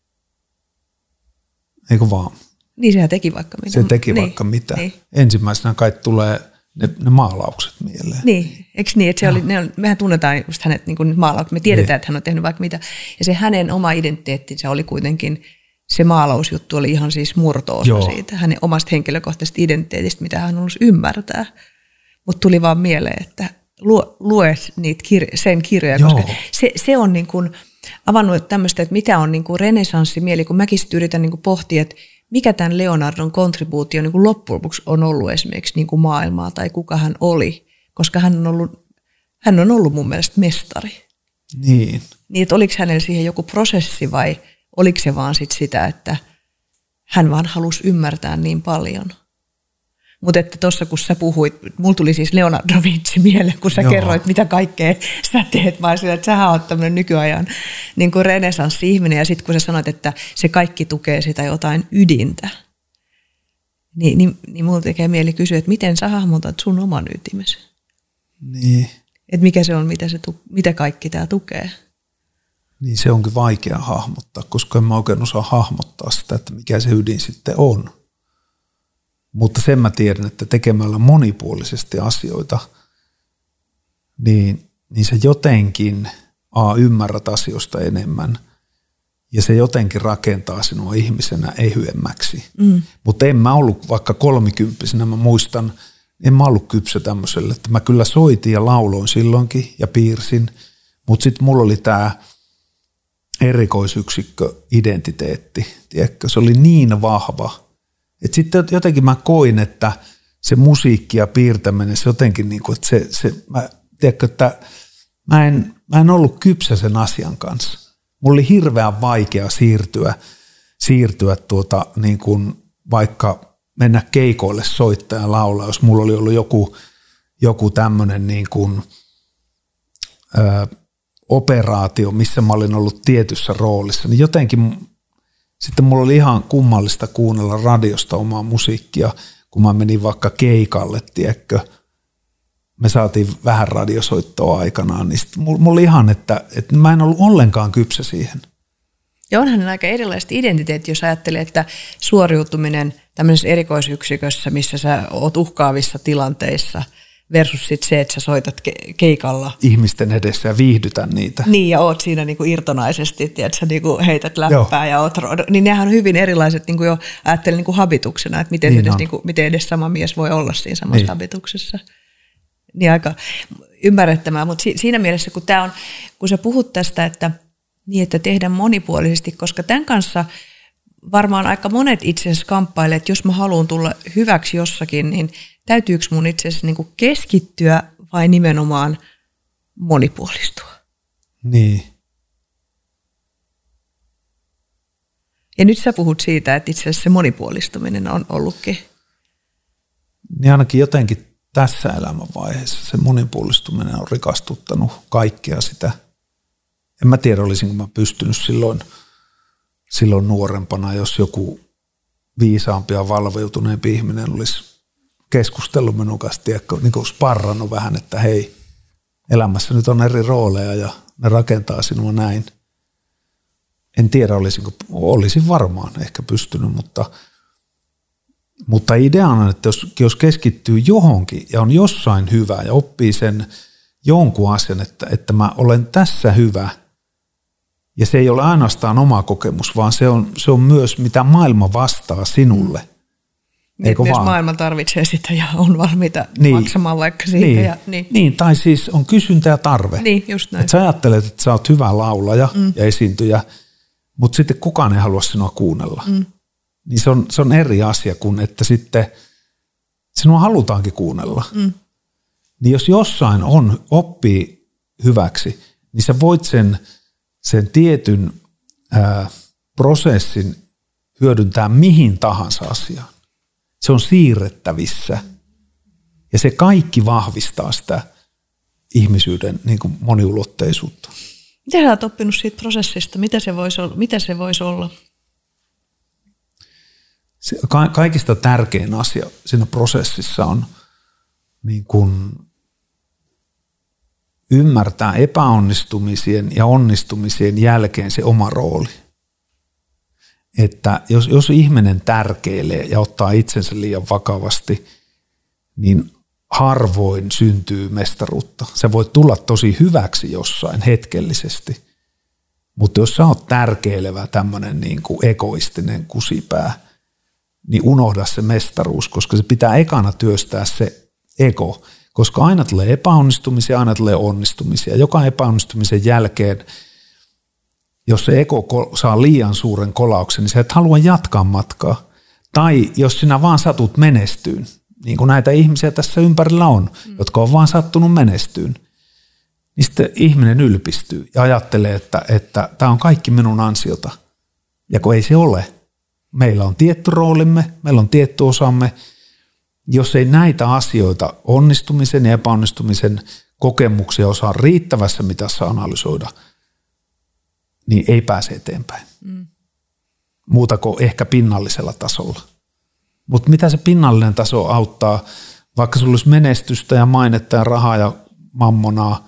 Eikö vaan? Niin sehän teki vaikka mitä. Se teki niin, vaikka mitä. Niin. Ensimmäisenä kai tulee ne, ne maalaukset mieleen. Niin, eikö niin? Että se oli, ne on, mehän tunnetaan just hänet niin kuin maalaukset. Me tiedetään, niin. Että hän on tehnyt vaikka mitä. Ja se hänen oma identiteettinsä oli kuitenkin, se maalausjuttu oli ihan siis murto-osa Joo. siitä. Hänen omasta henkilökohtaisesta identiteetistä, mitä hän halusi ymmärtää. Mutta tuli vaan mieleen, että lue, lue niitä kir- sen kirjoja, Joo. koska se, se on niin kuin avannut tämmöistä, että mitä on niin kuin renesanssimieli, kun mäkin sitten yritän niin kuin pohtia, että mikä tämän Leonardon kontribuutio niin kuin loppujen lopuksi on ollut esimerkiksi niin kuin maailmaa tai kuka hän oli, koska hän on ollut, hän on ollut mun mielestä mestari. Niin. Niin, että oliko hänellä siihen joku prosessi vai oliko se vaan sit sitä, että hän vaan halusi ymmärtää niin paljon. Mutta että tuossa kun sä puhuit, mulla tuli siis Leonardo da Vinci mieleen, kun sä Joo. kerroit, mitä kaikkea sä teet. Mä olisin, että sähän oot tämmöinen nykyajan niin kuin renesanssi-ihminen. Ja sitten kun sä sanoit, että se kaikki tukee sitä jotain ydintä, niin, niin, niin mulla tekee mieli kysyä, että miten sä hahmotat sun oman ytimesi? Niin. Että mikä se on, mitä, se, mitä kaikki tämä tukee? Niin se onkin vaikea hahmottaa, koska en mä oikein osaa hahmottaa sitä, että mikä se ydin sitten on. Mutta sen mä tiedän, että tekemällä monipuolisesti asioita, niin, niin se jotenkin a, ymmärrät asioista enemmän ja se jotenkin rakentaa sinua ihmisenä ehyemmäksi. Mm. Mutta en mä ollut vaikka kolmikymppisenä, mä muistan, en mä ollut kypsä tämmöiselle, että mä kyllä soitin ja lauloin silloinkin ja piirsin, mutta sitten mulla oli tämä erikoisyksikkö-identiteetti, tiedätkö? Se oli niin vahva. Et sitten jotenkin mä koin, että se musiikki ja piirtäminen, se jotenkin niin kuin, että se, se mä, tiedätkö, että mä en, mä en ollut kypsä sen asian kanssa. Mulla oli hirveän vaikea siirtyä, siirtyä tuota, niin kuin vaikka mennä keikoille soittaa ja laulaa, jos mulla oli ollut joku, joku tämmöinen niin kuin, ö, operaatio, missä mä olin ollut tietyssä roolissa, niin jotenkin sitten mulla oli ihan kummallista kuunnella radiosta omaa musiikkia, kun mä menin vaikka keikalle, tiedätkö, me saatiin vähän radiosoittoa aikanaan, niin sitten mulla oli ihan, että, että mä en ollut ollenkaan kypsä siihen. Ja onhan aika erilaiset identiteetit, jos ajattelee, että suoriutuminen tämmöisessä erikoisyksikössä, missä sä oot uhkaavissa tilanteissa, versus sit se, että sä soitat ke- keikalla. Ihmisten edessä ja viihdytän niitä. Niin, ja oot siinä niinku irtonaisesti, että sä niinku heität läppää Joo. ja oot rodo. Niin nehän on hyvin erilaiset, niinku jo ajattelen niinku habituksena, että miten, niin edes, niinku, miten edes sama mies voi olla siinä samassa niin. habituksessa. Niin aika ymmärrettävää, mutta si- siinä mielessä, kun, tää on, kun sä puhut tästä, että, niin, että tehdään monipuolisesti, koska tämän kanssa varmaan aika monet itse asiassa kamppailee, että jos mä haluan tulla hyväksi jossakin, niin täytyykö mun itse asiassa niin kuin keskittyä vai nimenomaan monipuolistua? Niin. Ja nyt sä puhut siitä, että itse asiassa se monipuolistuminen on ollutkin. Niin ainakin jotenkin tässä elämänvaiheessa se monipuolistuminen on rikastuttanut kaikkea sitä. En mä tiedä, olisinko mä pystynyt silloin, silloin nuorempana, jos joku viisaampi ja valveutuneempi ihminen olisi keskustellut minun kanssa, tiedätkö, niin kuin sparrannut vähän, että hei, elämässä nyt on eri rooleja ja ne rakentaa sinua näin. En tiedä, olisinko, olisin varmaan ehkä pystynyt, mutta, mutta idea on, että jos, jos keskittyy johonkin ja on jossain hyvä ja oppii sen jonkun asian, että, että mä olen tässä hyvä ja se ei ole ainoastaan oma kokemus, vaan se on, se on myös mitä maailma vastaa sinulle. Eikö myös vaan? Maailma tarvitsee sitä ja on valmiita niin. maksamaan vaikka siitä. Niin. Ja, niin. niin, tai siis on kysyntä ja tarve. Niin, just näin. Että sä ajattelet, että sä oot hyvä laulaja mm. ja esiintyjä, mutta sitten kukaan ei halua sinua kuunnella. Mm. Niin se on, se on eri asia kuin, että sitten sinua halutaankin kuunnella. Mm. Niin jos jossain on, oppii hyväksi, niin sä voit sen, sen tietyn ää, prosessin hyödyntää mihin tahansa asiaan. Se on siirrettävissä ja se kaikki vahvistaa sitä ihmisyyden niin kuin moniulotteisuutta. Mitä sä oot oppinut siitä prosessista? Mitä se voisi olla? Mitä se voisi olla? Se, ka- kaikista tärkein asia siinä prosessissa on niin kuin ymmärtää epäonnistumisien ja onnistumisien jälkeen se oma rooli. Että jos, jos ihminen tärkeilee ja ottaa itsensä liian vakavasti, niin harvoin syntyy mestaruutta. Se voi tulla tosi hyväksi jossain hetkellisesti, mutta jos sä oot tärkeilevä tämmöinen niin kuin egoistinen kusipää, niin unohda se mestaruus, koska se pitää ekana työstää se ego, koska aina tulee epäonnistumisia, aina tulee onnistumisia. Joka epäonnistumisen jälkeen, jos se ego saa liian suuren kolauksen, niin sä et halua jatkaa matkaa. Tai jos sinä vaan satut menestyyn, niin kuin näitä ihmisiä tässä ympärillä on, mm. jotka on vaan sattunut menestyyn, niin sitten ihminen ylpistyy ja ajattelee, että, että tämä on kaikki minun ansiota. Ja kun ei se ole. Meillä on tietty roolimme, meillä on tietty osamme. Jos ei näitä asioita, onnistumisen ja epäonnistumisen kokemuksia osaa riittävässä mitassa analysoida, niin ei pääse eteenpäin. Mm. Muuta kuin ehkä pinnallisella tasolla. Mutta mitä se pinnallinen taso auttaa, vaikka sulla olisi menestystä ja mainetta ja rahaa ja mammonaa,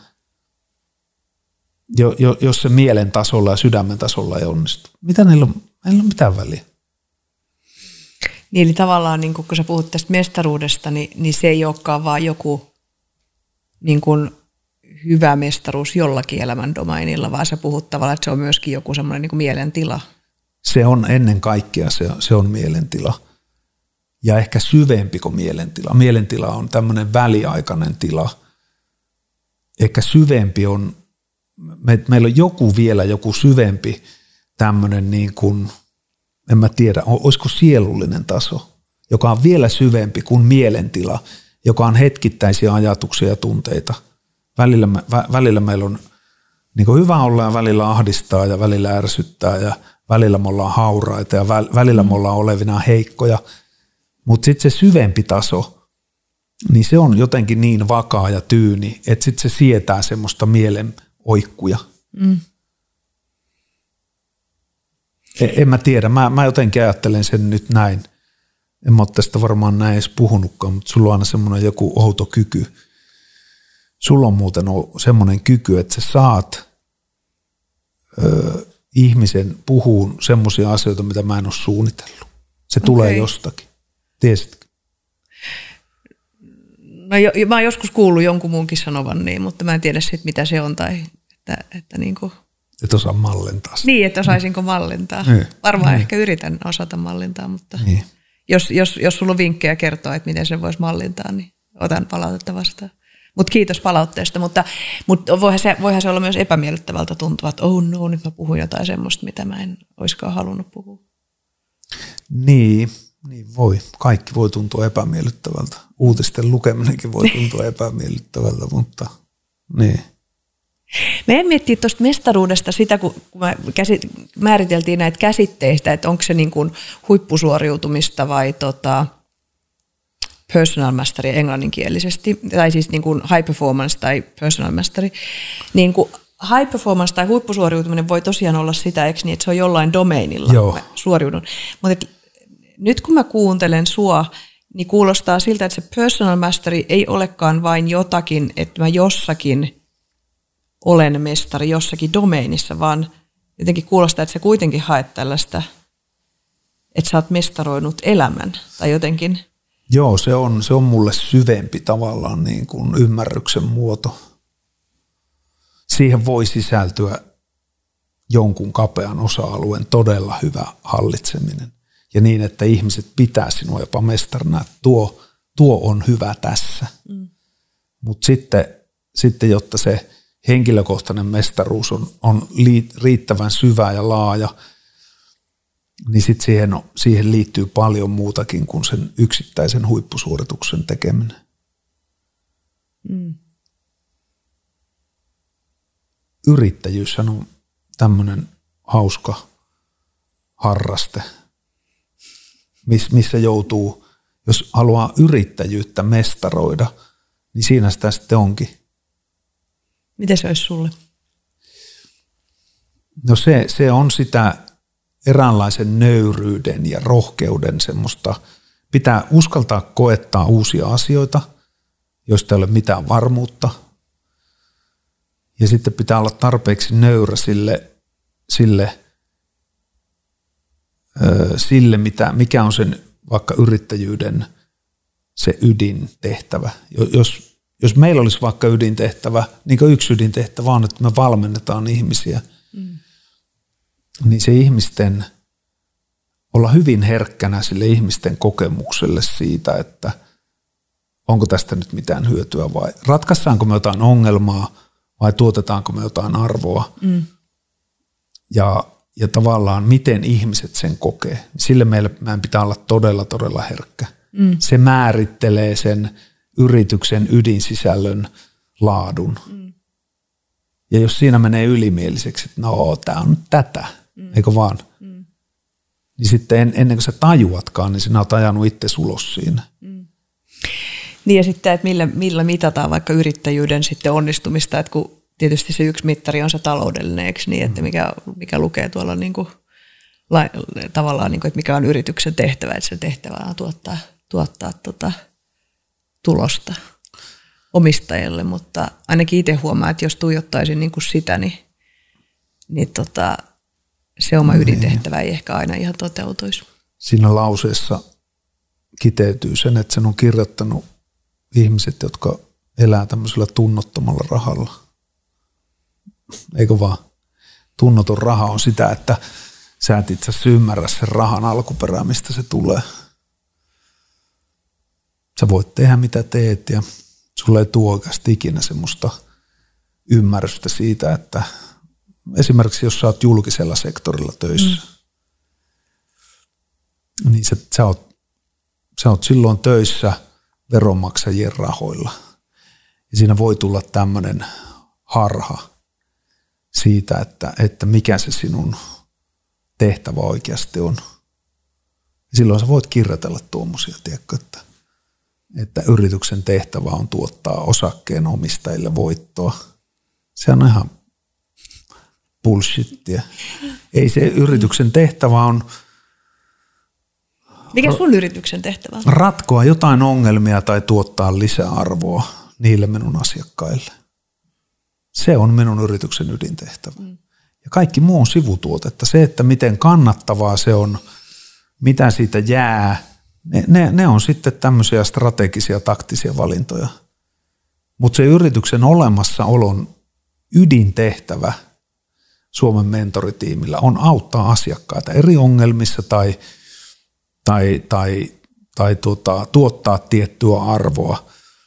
jo, jo, jos se mielen tasolla ja sydämen tasolla ei onnistu. Mitä niillä on? Ei ole mitään väliä. Niin, eli tavallaan niin kun sä puhut tästä mestaruudesta, niin, niin se ei olekaan vaan joku niin kun hyvä mestaruus jollakin elämän domainilla, vaan sä puhut tavallaan, että se on myöskin joku semmoinen niin kuin mielentila. Se on ennen kaikkea, se, se on mielentila. Ja ehkä syvempi kuin mielentila. Mielentila on tämmöinen väliaikainen tila. Ehkä syvempi on, me, meillä on joku vielä, joku syvempi tämmöinen niin kuin, en mä tiedä, olisiko sielullinen taso, joka on vielä syvempi kuin mielentila, joka on hetkittäisiä ajatuksia ja tunteita. Välillä, me, vä, välillä meillä on niin kuin hyvä olla ja välillä ahdistaa ja välillä ärsyttää ja välillä me ollaan hauraita ja vä, välillä me ollaan olevina heikkoja. Mutta sitten se syvempi taso, niin se on jotenkin niin vakaa ja tyyni, että sitten se sietää semmoista mielen oikkuja. Mm. En mä tiedä, mä, mä jotenkin ajattelen sen nyt näin. En mä ole tästä varmaan näin edes puhunutkaan, mutta sulla on aina semmoinen joku outo kyky. Sulla on muuten semmoinen kyky, että sä saat ö, ihmisen puhuun semmoisia asioita, mitä mä en ole suunnitellut. Se okay. tulee jostakin. Tiesitkö? No jo, mä oon joskus kuullut jonkun muunkin sanovan niin, mutta mä en tiedä sit mitä se on tai että, että niinku. Et osaa mallintaa. Niin, että osaisinko mallintaa. Niin. Varmaan niin. Ehkä yritän osata mallintaa, mutta niin. jos, jos, jos sulla on vinkkejä kertoa, että miten se voisi mallintaa, niin otan palautetta vastaan. Mutta kiitos palautteesta, mutta, mutta voihan, se, voihan se olla myös epämiellyttävältä tuntua, että oh no, nyt mä puhun jotain semmoista, mitä mä en olisikaan halunnut puhua. Niin, niin voi. Kaikki voi tuntua epämiellyttävältä. Uutisten lukeminenkin voi tuntua epämiellyttävältä, mutta niin. Meidän miettii tuosta mestaruudesta sitä, kun määriteltiin näitä käsitteistä, että onko se niin kuin huippusuoriutumista vai tota personal mastery englanninkielisesti, tai siis niin kuin high performance tai personal mastery. Niin kuin high performance tai huippusuoriutuminen voi tosiaan olla sitä, eikö niin, että se on jollain domeinilla, Joo. mä suoriudun. Mutta nyt kun mä kuuntelen sua, niin kuulostaa siltä, että se personal mastery ei olekaan vain jotakin, että mä jossakin olen mestari jossakin domeinissa, vaan jotenkin kuulostaa, että sä kuitenkin haet tällaista, että sä oot mestaroinut elämän tai jotenkin. Joo, se on, se on mulle syvempi tavallaan niin kuin ymmärryksen muoto. Siihen voi sisältyä jonkun kapean osa-alueen todella hyvä hallitseminen. Ja niin, että ihmiset pitää sinua jopa mestarina, että tuo, tuo on hyvä tässä. Mm. Mutta sitten, sitten, jotta se henkilökohtainen mestaruus on, on riittävän syvä ja laaja, niin sitten siihen, siihen liittyy paljon muutakin kuin sen yksittäisen huippusuorituksen tekeminen. Mm. Yrittäjyys on tämmöinen hauska harraste. missä joutuu, jos haluaa yrittäjyyttä mestaroida, niin siinä sitä sitten onkin. Miten se olisi sulle? No se, se on sitä eräänlaisen nöyryyden ja rohkeuden semmoista. Pitää uskaltaa koettaa uusia asioita, joista ei ole mitään varmuutta. Ja sitten pitää olla tarpeeksi nöyrä sille, sille, ö, sille mitä, mikä on sen vaikka yrittäjyyden se ydintehtävä. Jos, jos meillä olisi vaikka ydintehtävä, niin kuin yksi ydintehtävä on, että me valmennetaan ihmisiä, mm. niin se ihmisten, olla hyvin herkkänä sille ihmisten kokemukselle siitä, että onko tästä nyt mitään hyötyä vai ratkaistaanko me jotain ongelmaa vai tuotetaanko me jotain arvoa. Mm. Ja, ja tavallaan miten ihmiset sen kokee. Sille meillä, meidän pitää olla todella, todella herkkä. Mm. Se määrittelee sen yrityksen ydinsisällön laadun. Mm. Ja jos siinä menee ylimieliseksi, että no, tämä on tätä, mm. eikö vaan? Mm. Niin sitten en, ennen kuin sä tajuatkaan, niin sinä olet ajanut itse ulos siinä. Mm. Niin ja sitten, että millä, millä mitataan vaikka yrittäjyyden sitten onnistumista, että kun tietysti se yksi mittari on se taloudellinen, eikö niin, että mikä, mikä lukee tuolla niin kuin, la, tavallaan, niin kuin, että mikä on yrityksen tehtävä, että se tehtävä on tuottaa, tuottaa tota, tulosta omistajille, mutta ainakin itse huomaa, että jos tuijottaisin niin kuin sitä, niin, niin tota, se oma ydintehtävä ei ehkä aina ihan toteutuisi. Siinä lauseessa kiteytyy sen, että sen on kirjoittanut ihmiset, jotka elää tämmöisellä tunnottomalla rahalla. Eikö vaan? Tunnoton raha on sitä, että sä et itse asiassa ymmärrä sen rahan alkuperää, mistä se tulee. Sä voit tehdä mitä teet ja sulle ei tuo oikeasti ikinä semmoista ymmärrystä siitä, että esimerkiksi jos sä oot julkisella sektorilla töissä, mm. niin sä, sä, oot, sä oot silloin töissä veronmaksajien rahoilla. Ja siinä voi tulla tämmöinen harha siitä, että, että mikä se sinun tehtävä oikeasti on. Ja silloin sä voit kirjoitella tuommoisia, tiedätkö, että, että yrityksen tehtävä on tuottaa osakkeen omistajille voittoa. Se on ihan bullshittia. Ei se yrityksen tehtävä on... Mikä sun yrityksen tehtävä on? Ratkoa jotain ongelmia tai tuottaa lisäarvoa niille minun asiakkaille. Se on minun yrityksen ydintehtävä. Mm. Ja kaikki muu on sivutuotetta. Se, että miten kannattavaa se on, mitä siitä jää, ne, ne, ne on sitten tämmöisiä strategisia, taktisia valintoja. Mutta se yrityksen olemassaolon ydintehtävä Suomen mentoritiimillä on auttaa asiakkaita eri ongelmissa tai, tai, tai, tai tuota, tuottaa tiettyä arvoa,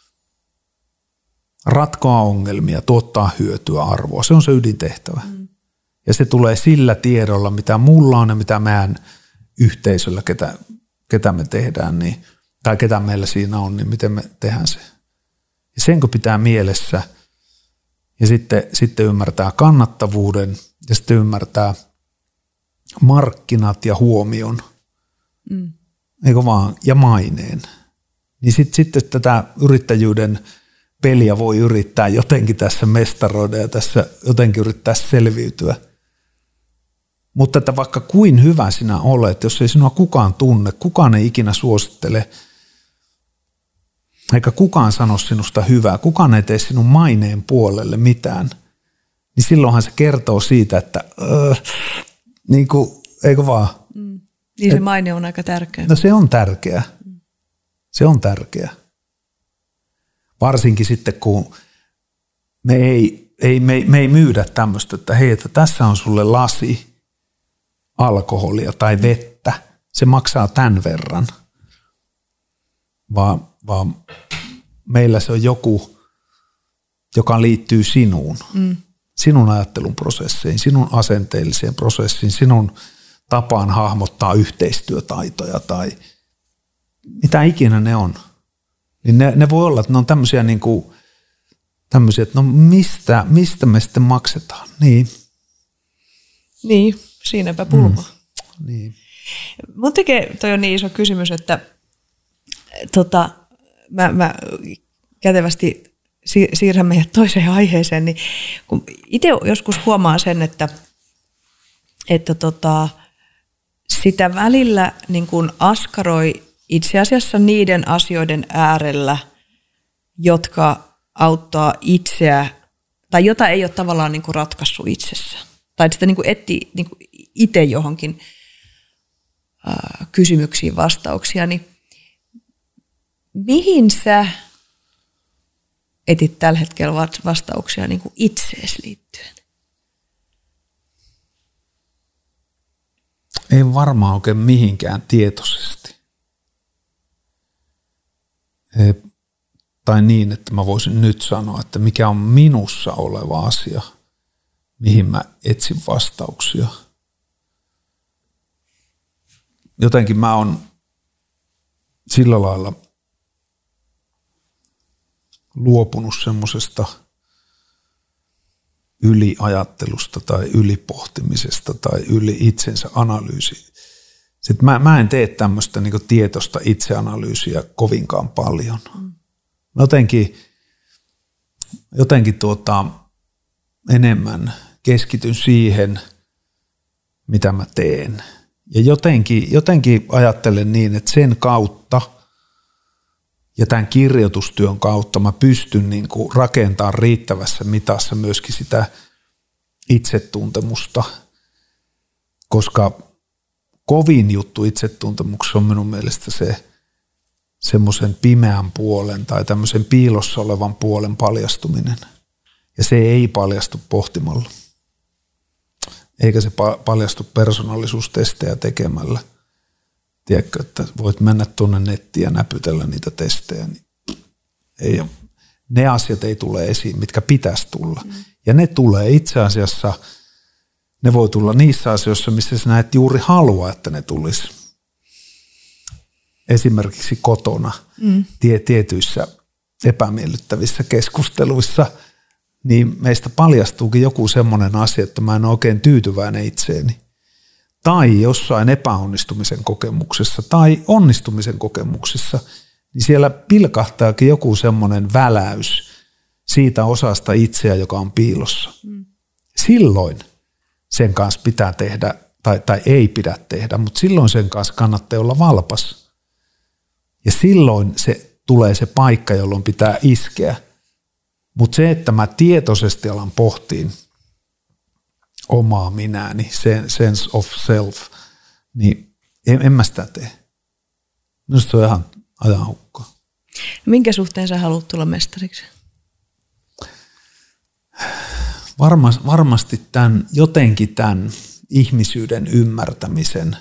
ratkoa ongelmia, tuottaa hyötyä, arvoa. Se on se ydintehtävä. Mm. Ja se tulee sillä tiedolla, mitä mulla on ja mitä meidän yhteisöllä, ketä, ketä me tehdään, niin, tai ketä meillä siinä on, niin miten me tehdään se. Ja sen kun pitää mielessä ja sitten, sitten ymmärtää kannattavuuden ja sitten ymmärtää markkinat ja huomion, mm. eikö vaan, ja maineen. Niin sitten, sitten tätä yrittäjyyden peliä voi yrittää jotenkin tässä mestaroida ja tässä jotenkin yrittää selviytyä. Mutta että vaikka kuin hyvä sinä olet, jos ei sinua kukaan tunne, kukaan ei ikinä suosittele, eikä kukaan sano sinusta hyvää, kukaan ei tee sinun maineen puolelle mitään, niin silloinhan se kertoo siitä, että öö, niin kuin, eikö vaan? Mm. Niin se maine on aika tärkeä. No se on tärkeä. Se on tärkeä. Varsinkin sitten, kun me ei, ei, me, me ei myydä tämmöistä, että hei, että tässä on sulle lasi alkoholia tai vettä. Se maksaa tämän verran. Vaan, vaan meillä se on joku, joka liittyy sinuun. Mm. Sinun ajattelun prosessiin, sinun asenteelliseen prosessiin, sinun tapaan hahmottaa yhteistyötaitoja tai mitä ikinä ne on. Niin ne, ne voi olla, että ne on tämmöisiä, niin kuin, tämmöisiä että no mistä, mistä me sitten maksetaan. Niin, niin siinäpä pulma. Mm, niin. Mun tekee, toi on niin iso kysymys, että tota, mä, mä kätevästi siirrän meidät toiseen aiheeseen, niin kun itse joskus huomaan sen, että, että tota, sitä välillä niin kun askaroi itse asiassa niiden asioiden äärellä, jotka auttaa itseä, tai jota ei ole tavallaan niin kuin ratkaissut itsessä. Tai sitä niin kuin etsii niin kuin itse johonkin ää, kysymyksiin vastauksia. Niin mihin sä etit tällä hetkellä vastauksia niin kuin itseesi liittyen? Ei varmaan oikein mihinkään tietoisesti. Ei, tai niin, että mä voisin nyt sanoa, että mikä on minussa oleva asia, mihin mä etsin vastauksia. Jotenkin mä oon sillä lailla luopunut semmosesta yliajattelusta tai ylipohtimisesta tai yli itsensä analyysi. Sitten mä, mä en tee tämmöistä niinku tietoista itseanalyysiä kovinkaan paljon. Mä jotenkin, jotenkin tuota, enemmän keskityn siihen, mitä mä teen. Ja jotenkin, jotenkin ajattelen niin, että sen kautta ja tämän kirjoitustyön kautta mä pystyn niin kuin rakentamaan riittävässä mitassa myöskin sitä itsetuntemusta, koska kovin juttu itsetuntemuksessa on minun mielestä se semmoisen pimeän puolen tai tämmöisen piilossa olevan puolen paljastuminen. Ja se ei paljastu pohtimalla. Eikä se paljastu persoonallisuustestejä tekemällä. Tiedätkö, että voit mennä tuonne nettiin ja näpytellä niitä testejä. Niin ei, ne asiat ei tule esiin, mitkä pitäisi tulla. Mm. Ja ne tulee itse asiassa, ne voi tulla niissä asioissa, missä sä et juuri halua, että ne tulisi. Esimerkiksi kotona, mm. tie, tietyissä epämiellyttävissä keskusteluissa, niin meistä paljastuukin joku semmoinen asia, että mä en ole oikein tyytyväinen itseeni. Tai jossain epäonnistumisen kokemuksessa tai onnistumisen kokemuksessa, niin siellä pilkahtaakin joku semmoinen väläys siitä osasta itseä, joka on piilossa. Mm. Silloin sen kanssa pitää tehdä, tai, tai ei pidä tehdä, mutta silloin sen kanssa kannattaa olla valpas. Ja silloin se tulee se paikka, jolloin pitää iskeä. Mutta se, että mä tietoisesti alan pohtiin omaa minääni, sense of self, niin en, en mä sitä tee. Minusta se on ihan ajan hukkaa. Minkä suhteen sä haluat tulla mestariksi? Varma, varmasti tämän, jotenkin tämän ihmisyyden ymmärtämisen.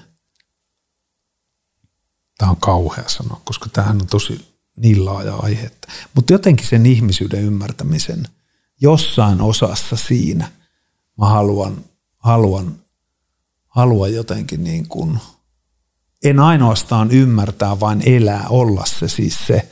Tämä on kauhea sanoa, koska tämähän on tosi niin laaja aihe. Mutta jotenkin sen ihmisyyden ymmärtämisen jossain osassa siinä mä haluan, haluan, haluan jotenkin niin kuin, en ainoastaan ymmärtää, vaan elää, olla se siis se,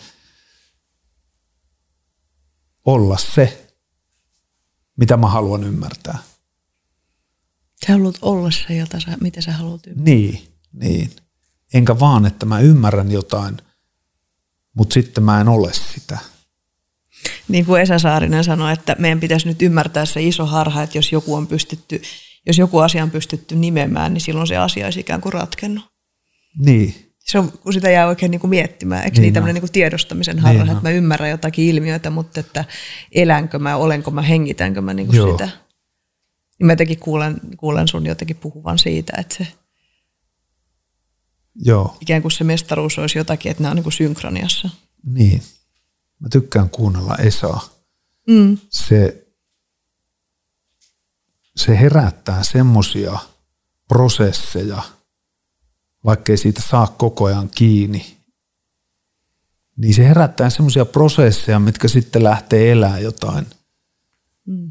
olla se, mitä mä haluan ymmärtää. Sä haluat olla se, jota sä, mitä sä haluat ymmärtää. Niin, niin. Enkä vaan, että mä ymmärrän jotain, mutta sitten mä en ole sitä. Niin kuin Esa Saarinen sanoi, että meidän pitäisi nyt ymmärtää se iso harha, että jos joku, on pystytty, jos joku asia on pystytty nimemään, niin silloin se asia olisi ikään kuin ratkennut. Niin. Se on, kun sitä jää oikein niin kuin miettimään. Eikö niin, niin tämmöinen niin kuin tiedostamisen harha, niin että mä ymmärrän jotakin ilmiöitä, mutta että elänkö mä, olenko mä, hengitänkö mä niin kuin sitä. Niin mä jotenkin kuulen, kuulen sun jotenkin puhuvan siitä, että se Joo. ikään kuin se mestaruus olisi jotakin, että nämä on niin kuin synkroniassa. Niin. Mä tykkään kuunnella Esaa. Mm. Se, se herättää semmoisia prosesseja, vaikkei siitä saa koko ajan kiinni, niin se herättää semmoisia prosesseja, mitkä sitten lähtee elämään jotain. Mm.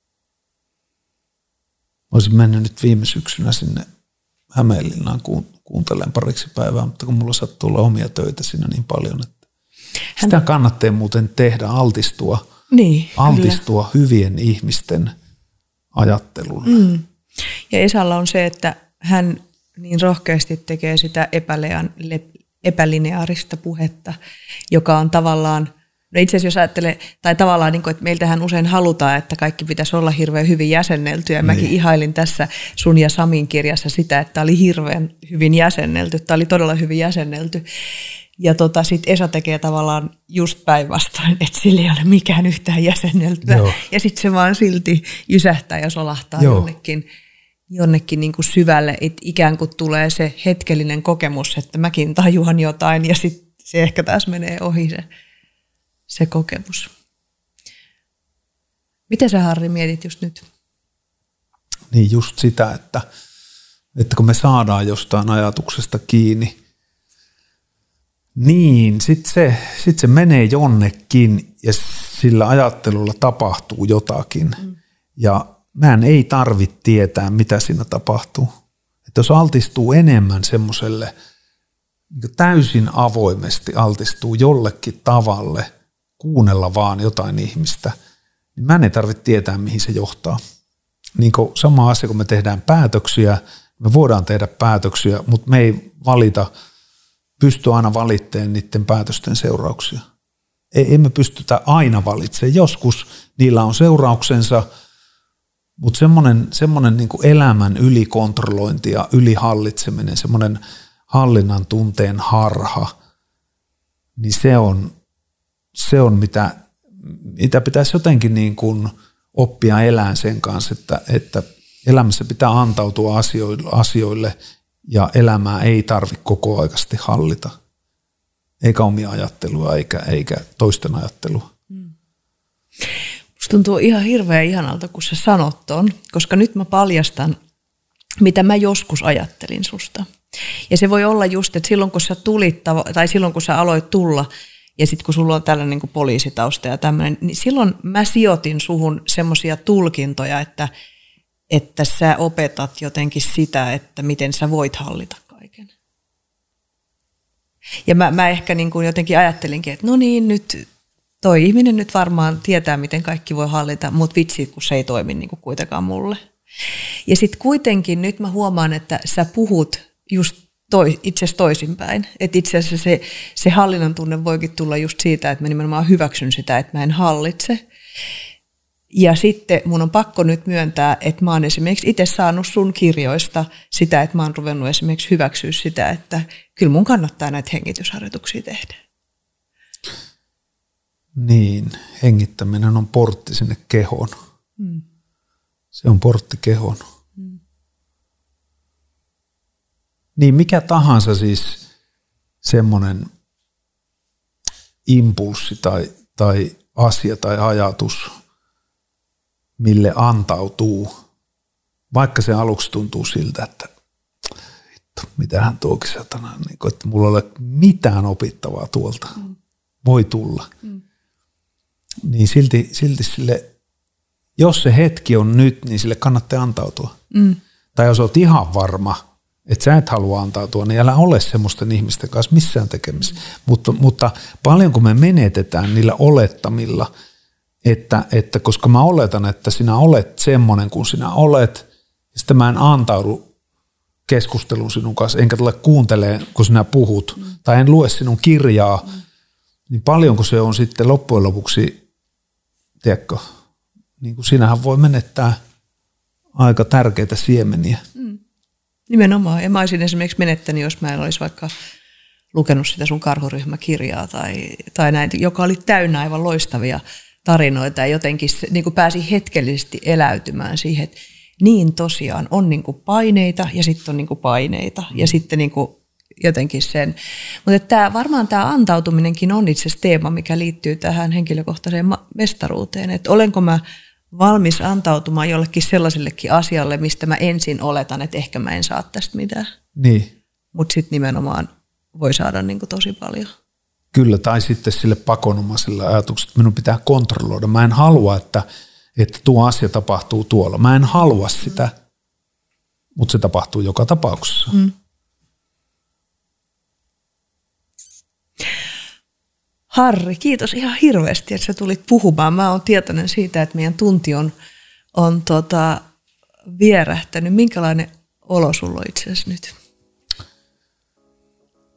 Olisin mennyt nyt viime syksynä sinne Hämeenlinnaan kuuntelemaan pariksi päivää, mutta kun mulla sattuu olla omia töitä siinä niin paljon, että Hän... sitä kannattaa muuten tehdä, altistua, niin, altistua hyvien ihmisten ajattelulle. Mm. Ja Esalla on se, että hän niin rohkeasti tekee sitä epälean, epälineaarista puhetta, joka on tavallaan, no itse asiassa jos ajattelee, tai tavallaan, niin kuin, että meiltähän usein halutaan, että kaikki pitäisi olla hirveän hyvin jäsenneltyä. Mäkin niin. ihailin tässä sun ja Samin kirjassa sitä, että tämä oli hirveän hyvin jäsennelty. Tämä oli todella hyvin jäsennelty. Ja tota, sitten Esa tekee tavallaan just päinvastoin, että sillä ei ole mikään yhtään jäsenneltyä. Joo. Ja sitten se vaan silti jysähtää ja solahtaa Joo. jonnekin, jonnekin niin kuin syvälle, että ikään kuin tulee se hetkellinen kokemus, että mäkin tajuan jotain ja sitten se ehkä taas menee ohi se, se kokemus. Miten sä, Harri, mietit just nyt? Niin just sitä, että, että kun me saadaan jostain ajatuksesta kiinni, niin sitten se, sit se menee jonnekin ja sillä ajattelulla tapahtuu jotakin. Mm. Ja mä ei tarvitse tietää, mitä siinä tapahtuu. Että jos altistuu enemmän semmoiselle, niin täysin avoimesti altistuu jollekin tavalle, kuunnella vaan jotain ihmistä, niin mä en tarvitse tietää, mihin se johtaa. Niin kuin sama asia, kun me tehdään päätöksiä, me voidaan tehdä päätöksiä, mutta me ei valita, pysty aina valitteen niiden päätösten seurauksia. Ei, emme pystytä aina valitsemaan. Joskus niillä on seurauksensa, mutta semmoinen, semmoinen niin kuin elämän ylikontrollointi ja ylihallitseminen, semmoinen hallinnan tunteen harha, niin se on, se on mitä, mitä pitäisi jotenkin niin kuin oppia elämään sen kanssa, että, että elämässä pitää antautua asioille, asioille ja elämää ei tarvitse koko aikaisesti hallita, eikä omia ajattelua eikä, eikä toisten ajattelua. Mm. Musta tuntuu ihan hirveän ihanalta, kun sä sanot ton, koska nyt mä paljastan, mitä mä joskus ajattelin susta. Ja se voi olla just, että silloin kun sä tulit, tai silloin kun sä aloit tulla, ja sitten kun sulla on tällainen niin kuin poliisitausta ja tämmöinen, niin silloin mä sijoitin suhun semmoisia tulkintoja, että, että sä opetat jotenkin sitä, että miten sä voit hallita kaiken. Ja mä, mä ehkä niin kuin jotenkin ajattelinkin, että no niin, nyt toi ihminen nyt varmaan tietää, miten kaikki voi hallita, mutta vitsi, kun se ei toimi niin kuin kuitenkaan mulle. Ja sitten kuitenkin nyt mä huomaan, että sä puhut just toi, itse asiassa toisinpäin. Että itse asiassa se, se hallinnan tunne voikin tulla just siitä, että mä nimenomaan hyväksyn sitä, että mä en hallitse. Ja sitten mun on pakko nyt myöntää, että mä oon esimerkiksi itse saanut sun kirjoista sitä, että mä oon ruvennut esimerkiksi hyväksyä sitä, että kyllä mun kannattaa näitä hengitysharjoituksia tehdä. Niin, hengittäminen on portti sinne kehoon. Hmm. Se on portti kehoon. Hmm. Niin mikä tahansa siis semmoinen impulssi tai, tai asia tai ajatus, mille antautuu, vaikka se aluksi tuntuu siltä, että vittu, mitähän tuokin satana, niin kuin, että mulla ei ole mitään opittavaa tuolta, mm. voi tulla. Mm. Niin silti, silti sille, jos se hetki on nyt, niin sille kannattaa antautua. Mm. Tai jos olet ihan varma, että sä et halua antautua, niin älä ole semmoisten ihmisten kanssa missään tekemisissä. Mm. Mutta, mutta paljonko me menetetään niillä olettamilla, Että, että koska mä oletan, että sinä olet semmoinen kuin sinä olet, ja sitten mä en antaudu keskusteluun sinun kanssa, enkä tule kuuntelemaan, kun sinä puhut, mm. tai en lue sinun kirjaa, mm. niin paljonko se on sitten loppujen lopuksi, tiedätkö, niin kuin sinähän voi menettää aika tärkeitä siemeniä. Mm. Nimenomaan, ja mä olisin esimerkiksi menettänyt, jos mä en olisi vaikka lukenut sitä sun karhuryhmäkirjaa, tai, tai näin, joka oli täynnä aivan loistavia tarinoita ja jotenkin niin kuin pääsi hetkellisesti eläytymään siihen, että niin tosiaan on niin kuin paineita ja sitten on niin kuin paineita ja sitten niin kuin jotenkin sen. Mutta tämä, varmaan tämä antautuminenkin on itse asiassa teema, mikä liittyy tähän henkilökohtaiseen mestaruuteen, että olenko mä valmis antautumaan jollekin sellaisellekin asialle, mistä mä ensin oletan, että ehkä mä en saa tästä mitään. Niin. Mutta sitten nimenomaan voi saada niin kuin tosi paljon. Kyllä, tai sitten sille pakonomaiselle ajatukselle, että minun pitää kontrolloida. Mä en halua, että, että tuo asia tapahtuu tuolla. Mä en halua sitä, mutta se tapahtuu joka tapauksessa. Mm. Harri, kiitos ihan hirveästi, että sä tulit puhumaan. Mä oon tietoinen siitä, että meidän tunti on, on tota vierähtänyt. Minkälainen olo sulla on itse asiassa nyt?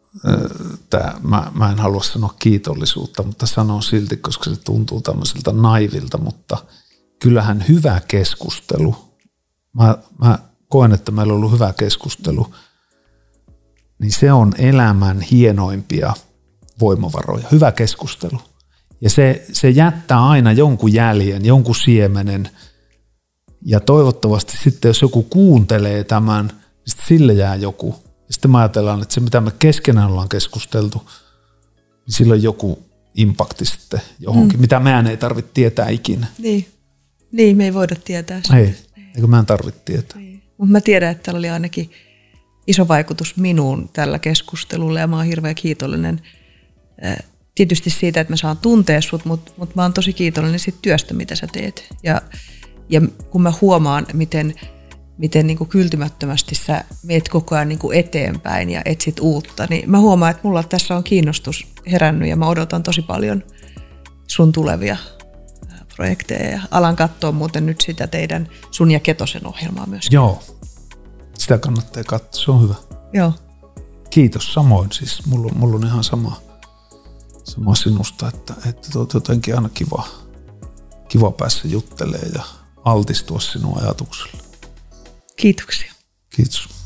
tää, mä, mä en halua sanoa kiitollisuutta, mutta sanon silti, koska se tuntuu tämmöiseltä naivilta, mutta kyllähän hyvä keskustelu, mä, mä koen, että meillä on ollut hyvä keskustelu, niin se on elämän hienoimpia voimavaroja, hyvä keskustelu. Ja se, se jättää aina jonkun jäljen, jonkun siemenen, ja toivottavasti sitten, jos joku kuuntelee tämän, niin sille jää joku. Ja sitten me ajatellaan, että se mitä me keskenään ollaan keskusteltu, niin sillä on joku impakti sitten johonkin, mm. mitä meidän ei tarvitse tietää ikinä. Niin, niin me ei voida tietää sitä. Ei, eikö meidän tarvitse tietää. Niin. Mutta mä tiedän, että tällä oli ainakin iso vaikutus minuun tällä keskustelulla ja mä oon hirveän kiitollinen tietysti siitä, että mä saan tuntea sut, mutta mut mä oon tosi kiitollinen siitä työstä, mitä sä teet. Ja, ja kun mä huomaan, miten, miten niin kuin kyltymättömästi sä meet koko ajan niin kuin eteenpäin ja etsit uutta, niin mä huomaan, että mulla tässä on kiinnostus herännyt ja mä odotan tosi paljon sun tulevia projekteja. Ja alan katsoa muuten nyt sitä teidän Sun ja Ketosen ohjelmaa myös. Joo, sitä kannattaa katsoa, se on hyvä. Joo. Kiitos samoin, siis mulla, mulla on ihan sama, sama sinusta, että, että tuot jotenkin aina kiva, kiva päässä juttelee ja altistua sinun ajatukselle. Kiitoksia. Kiitos.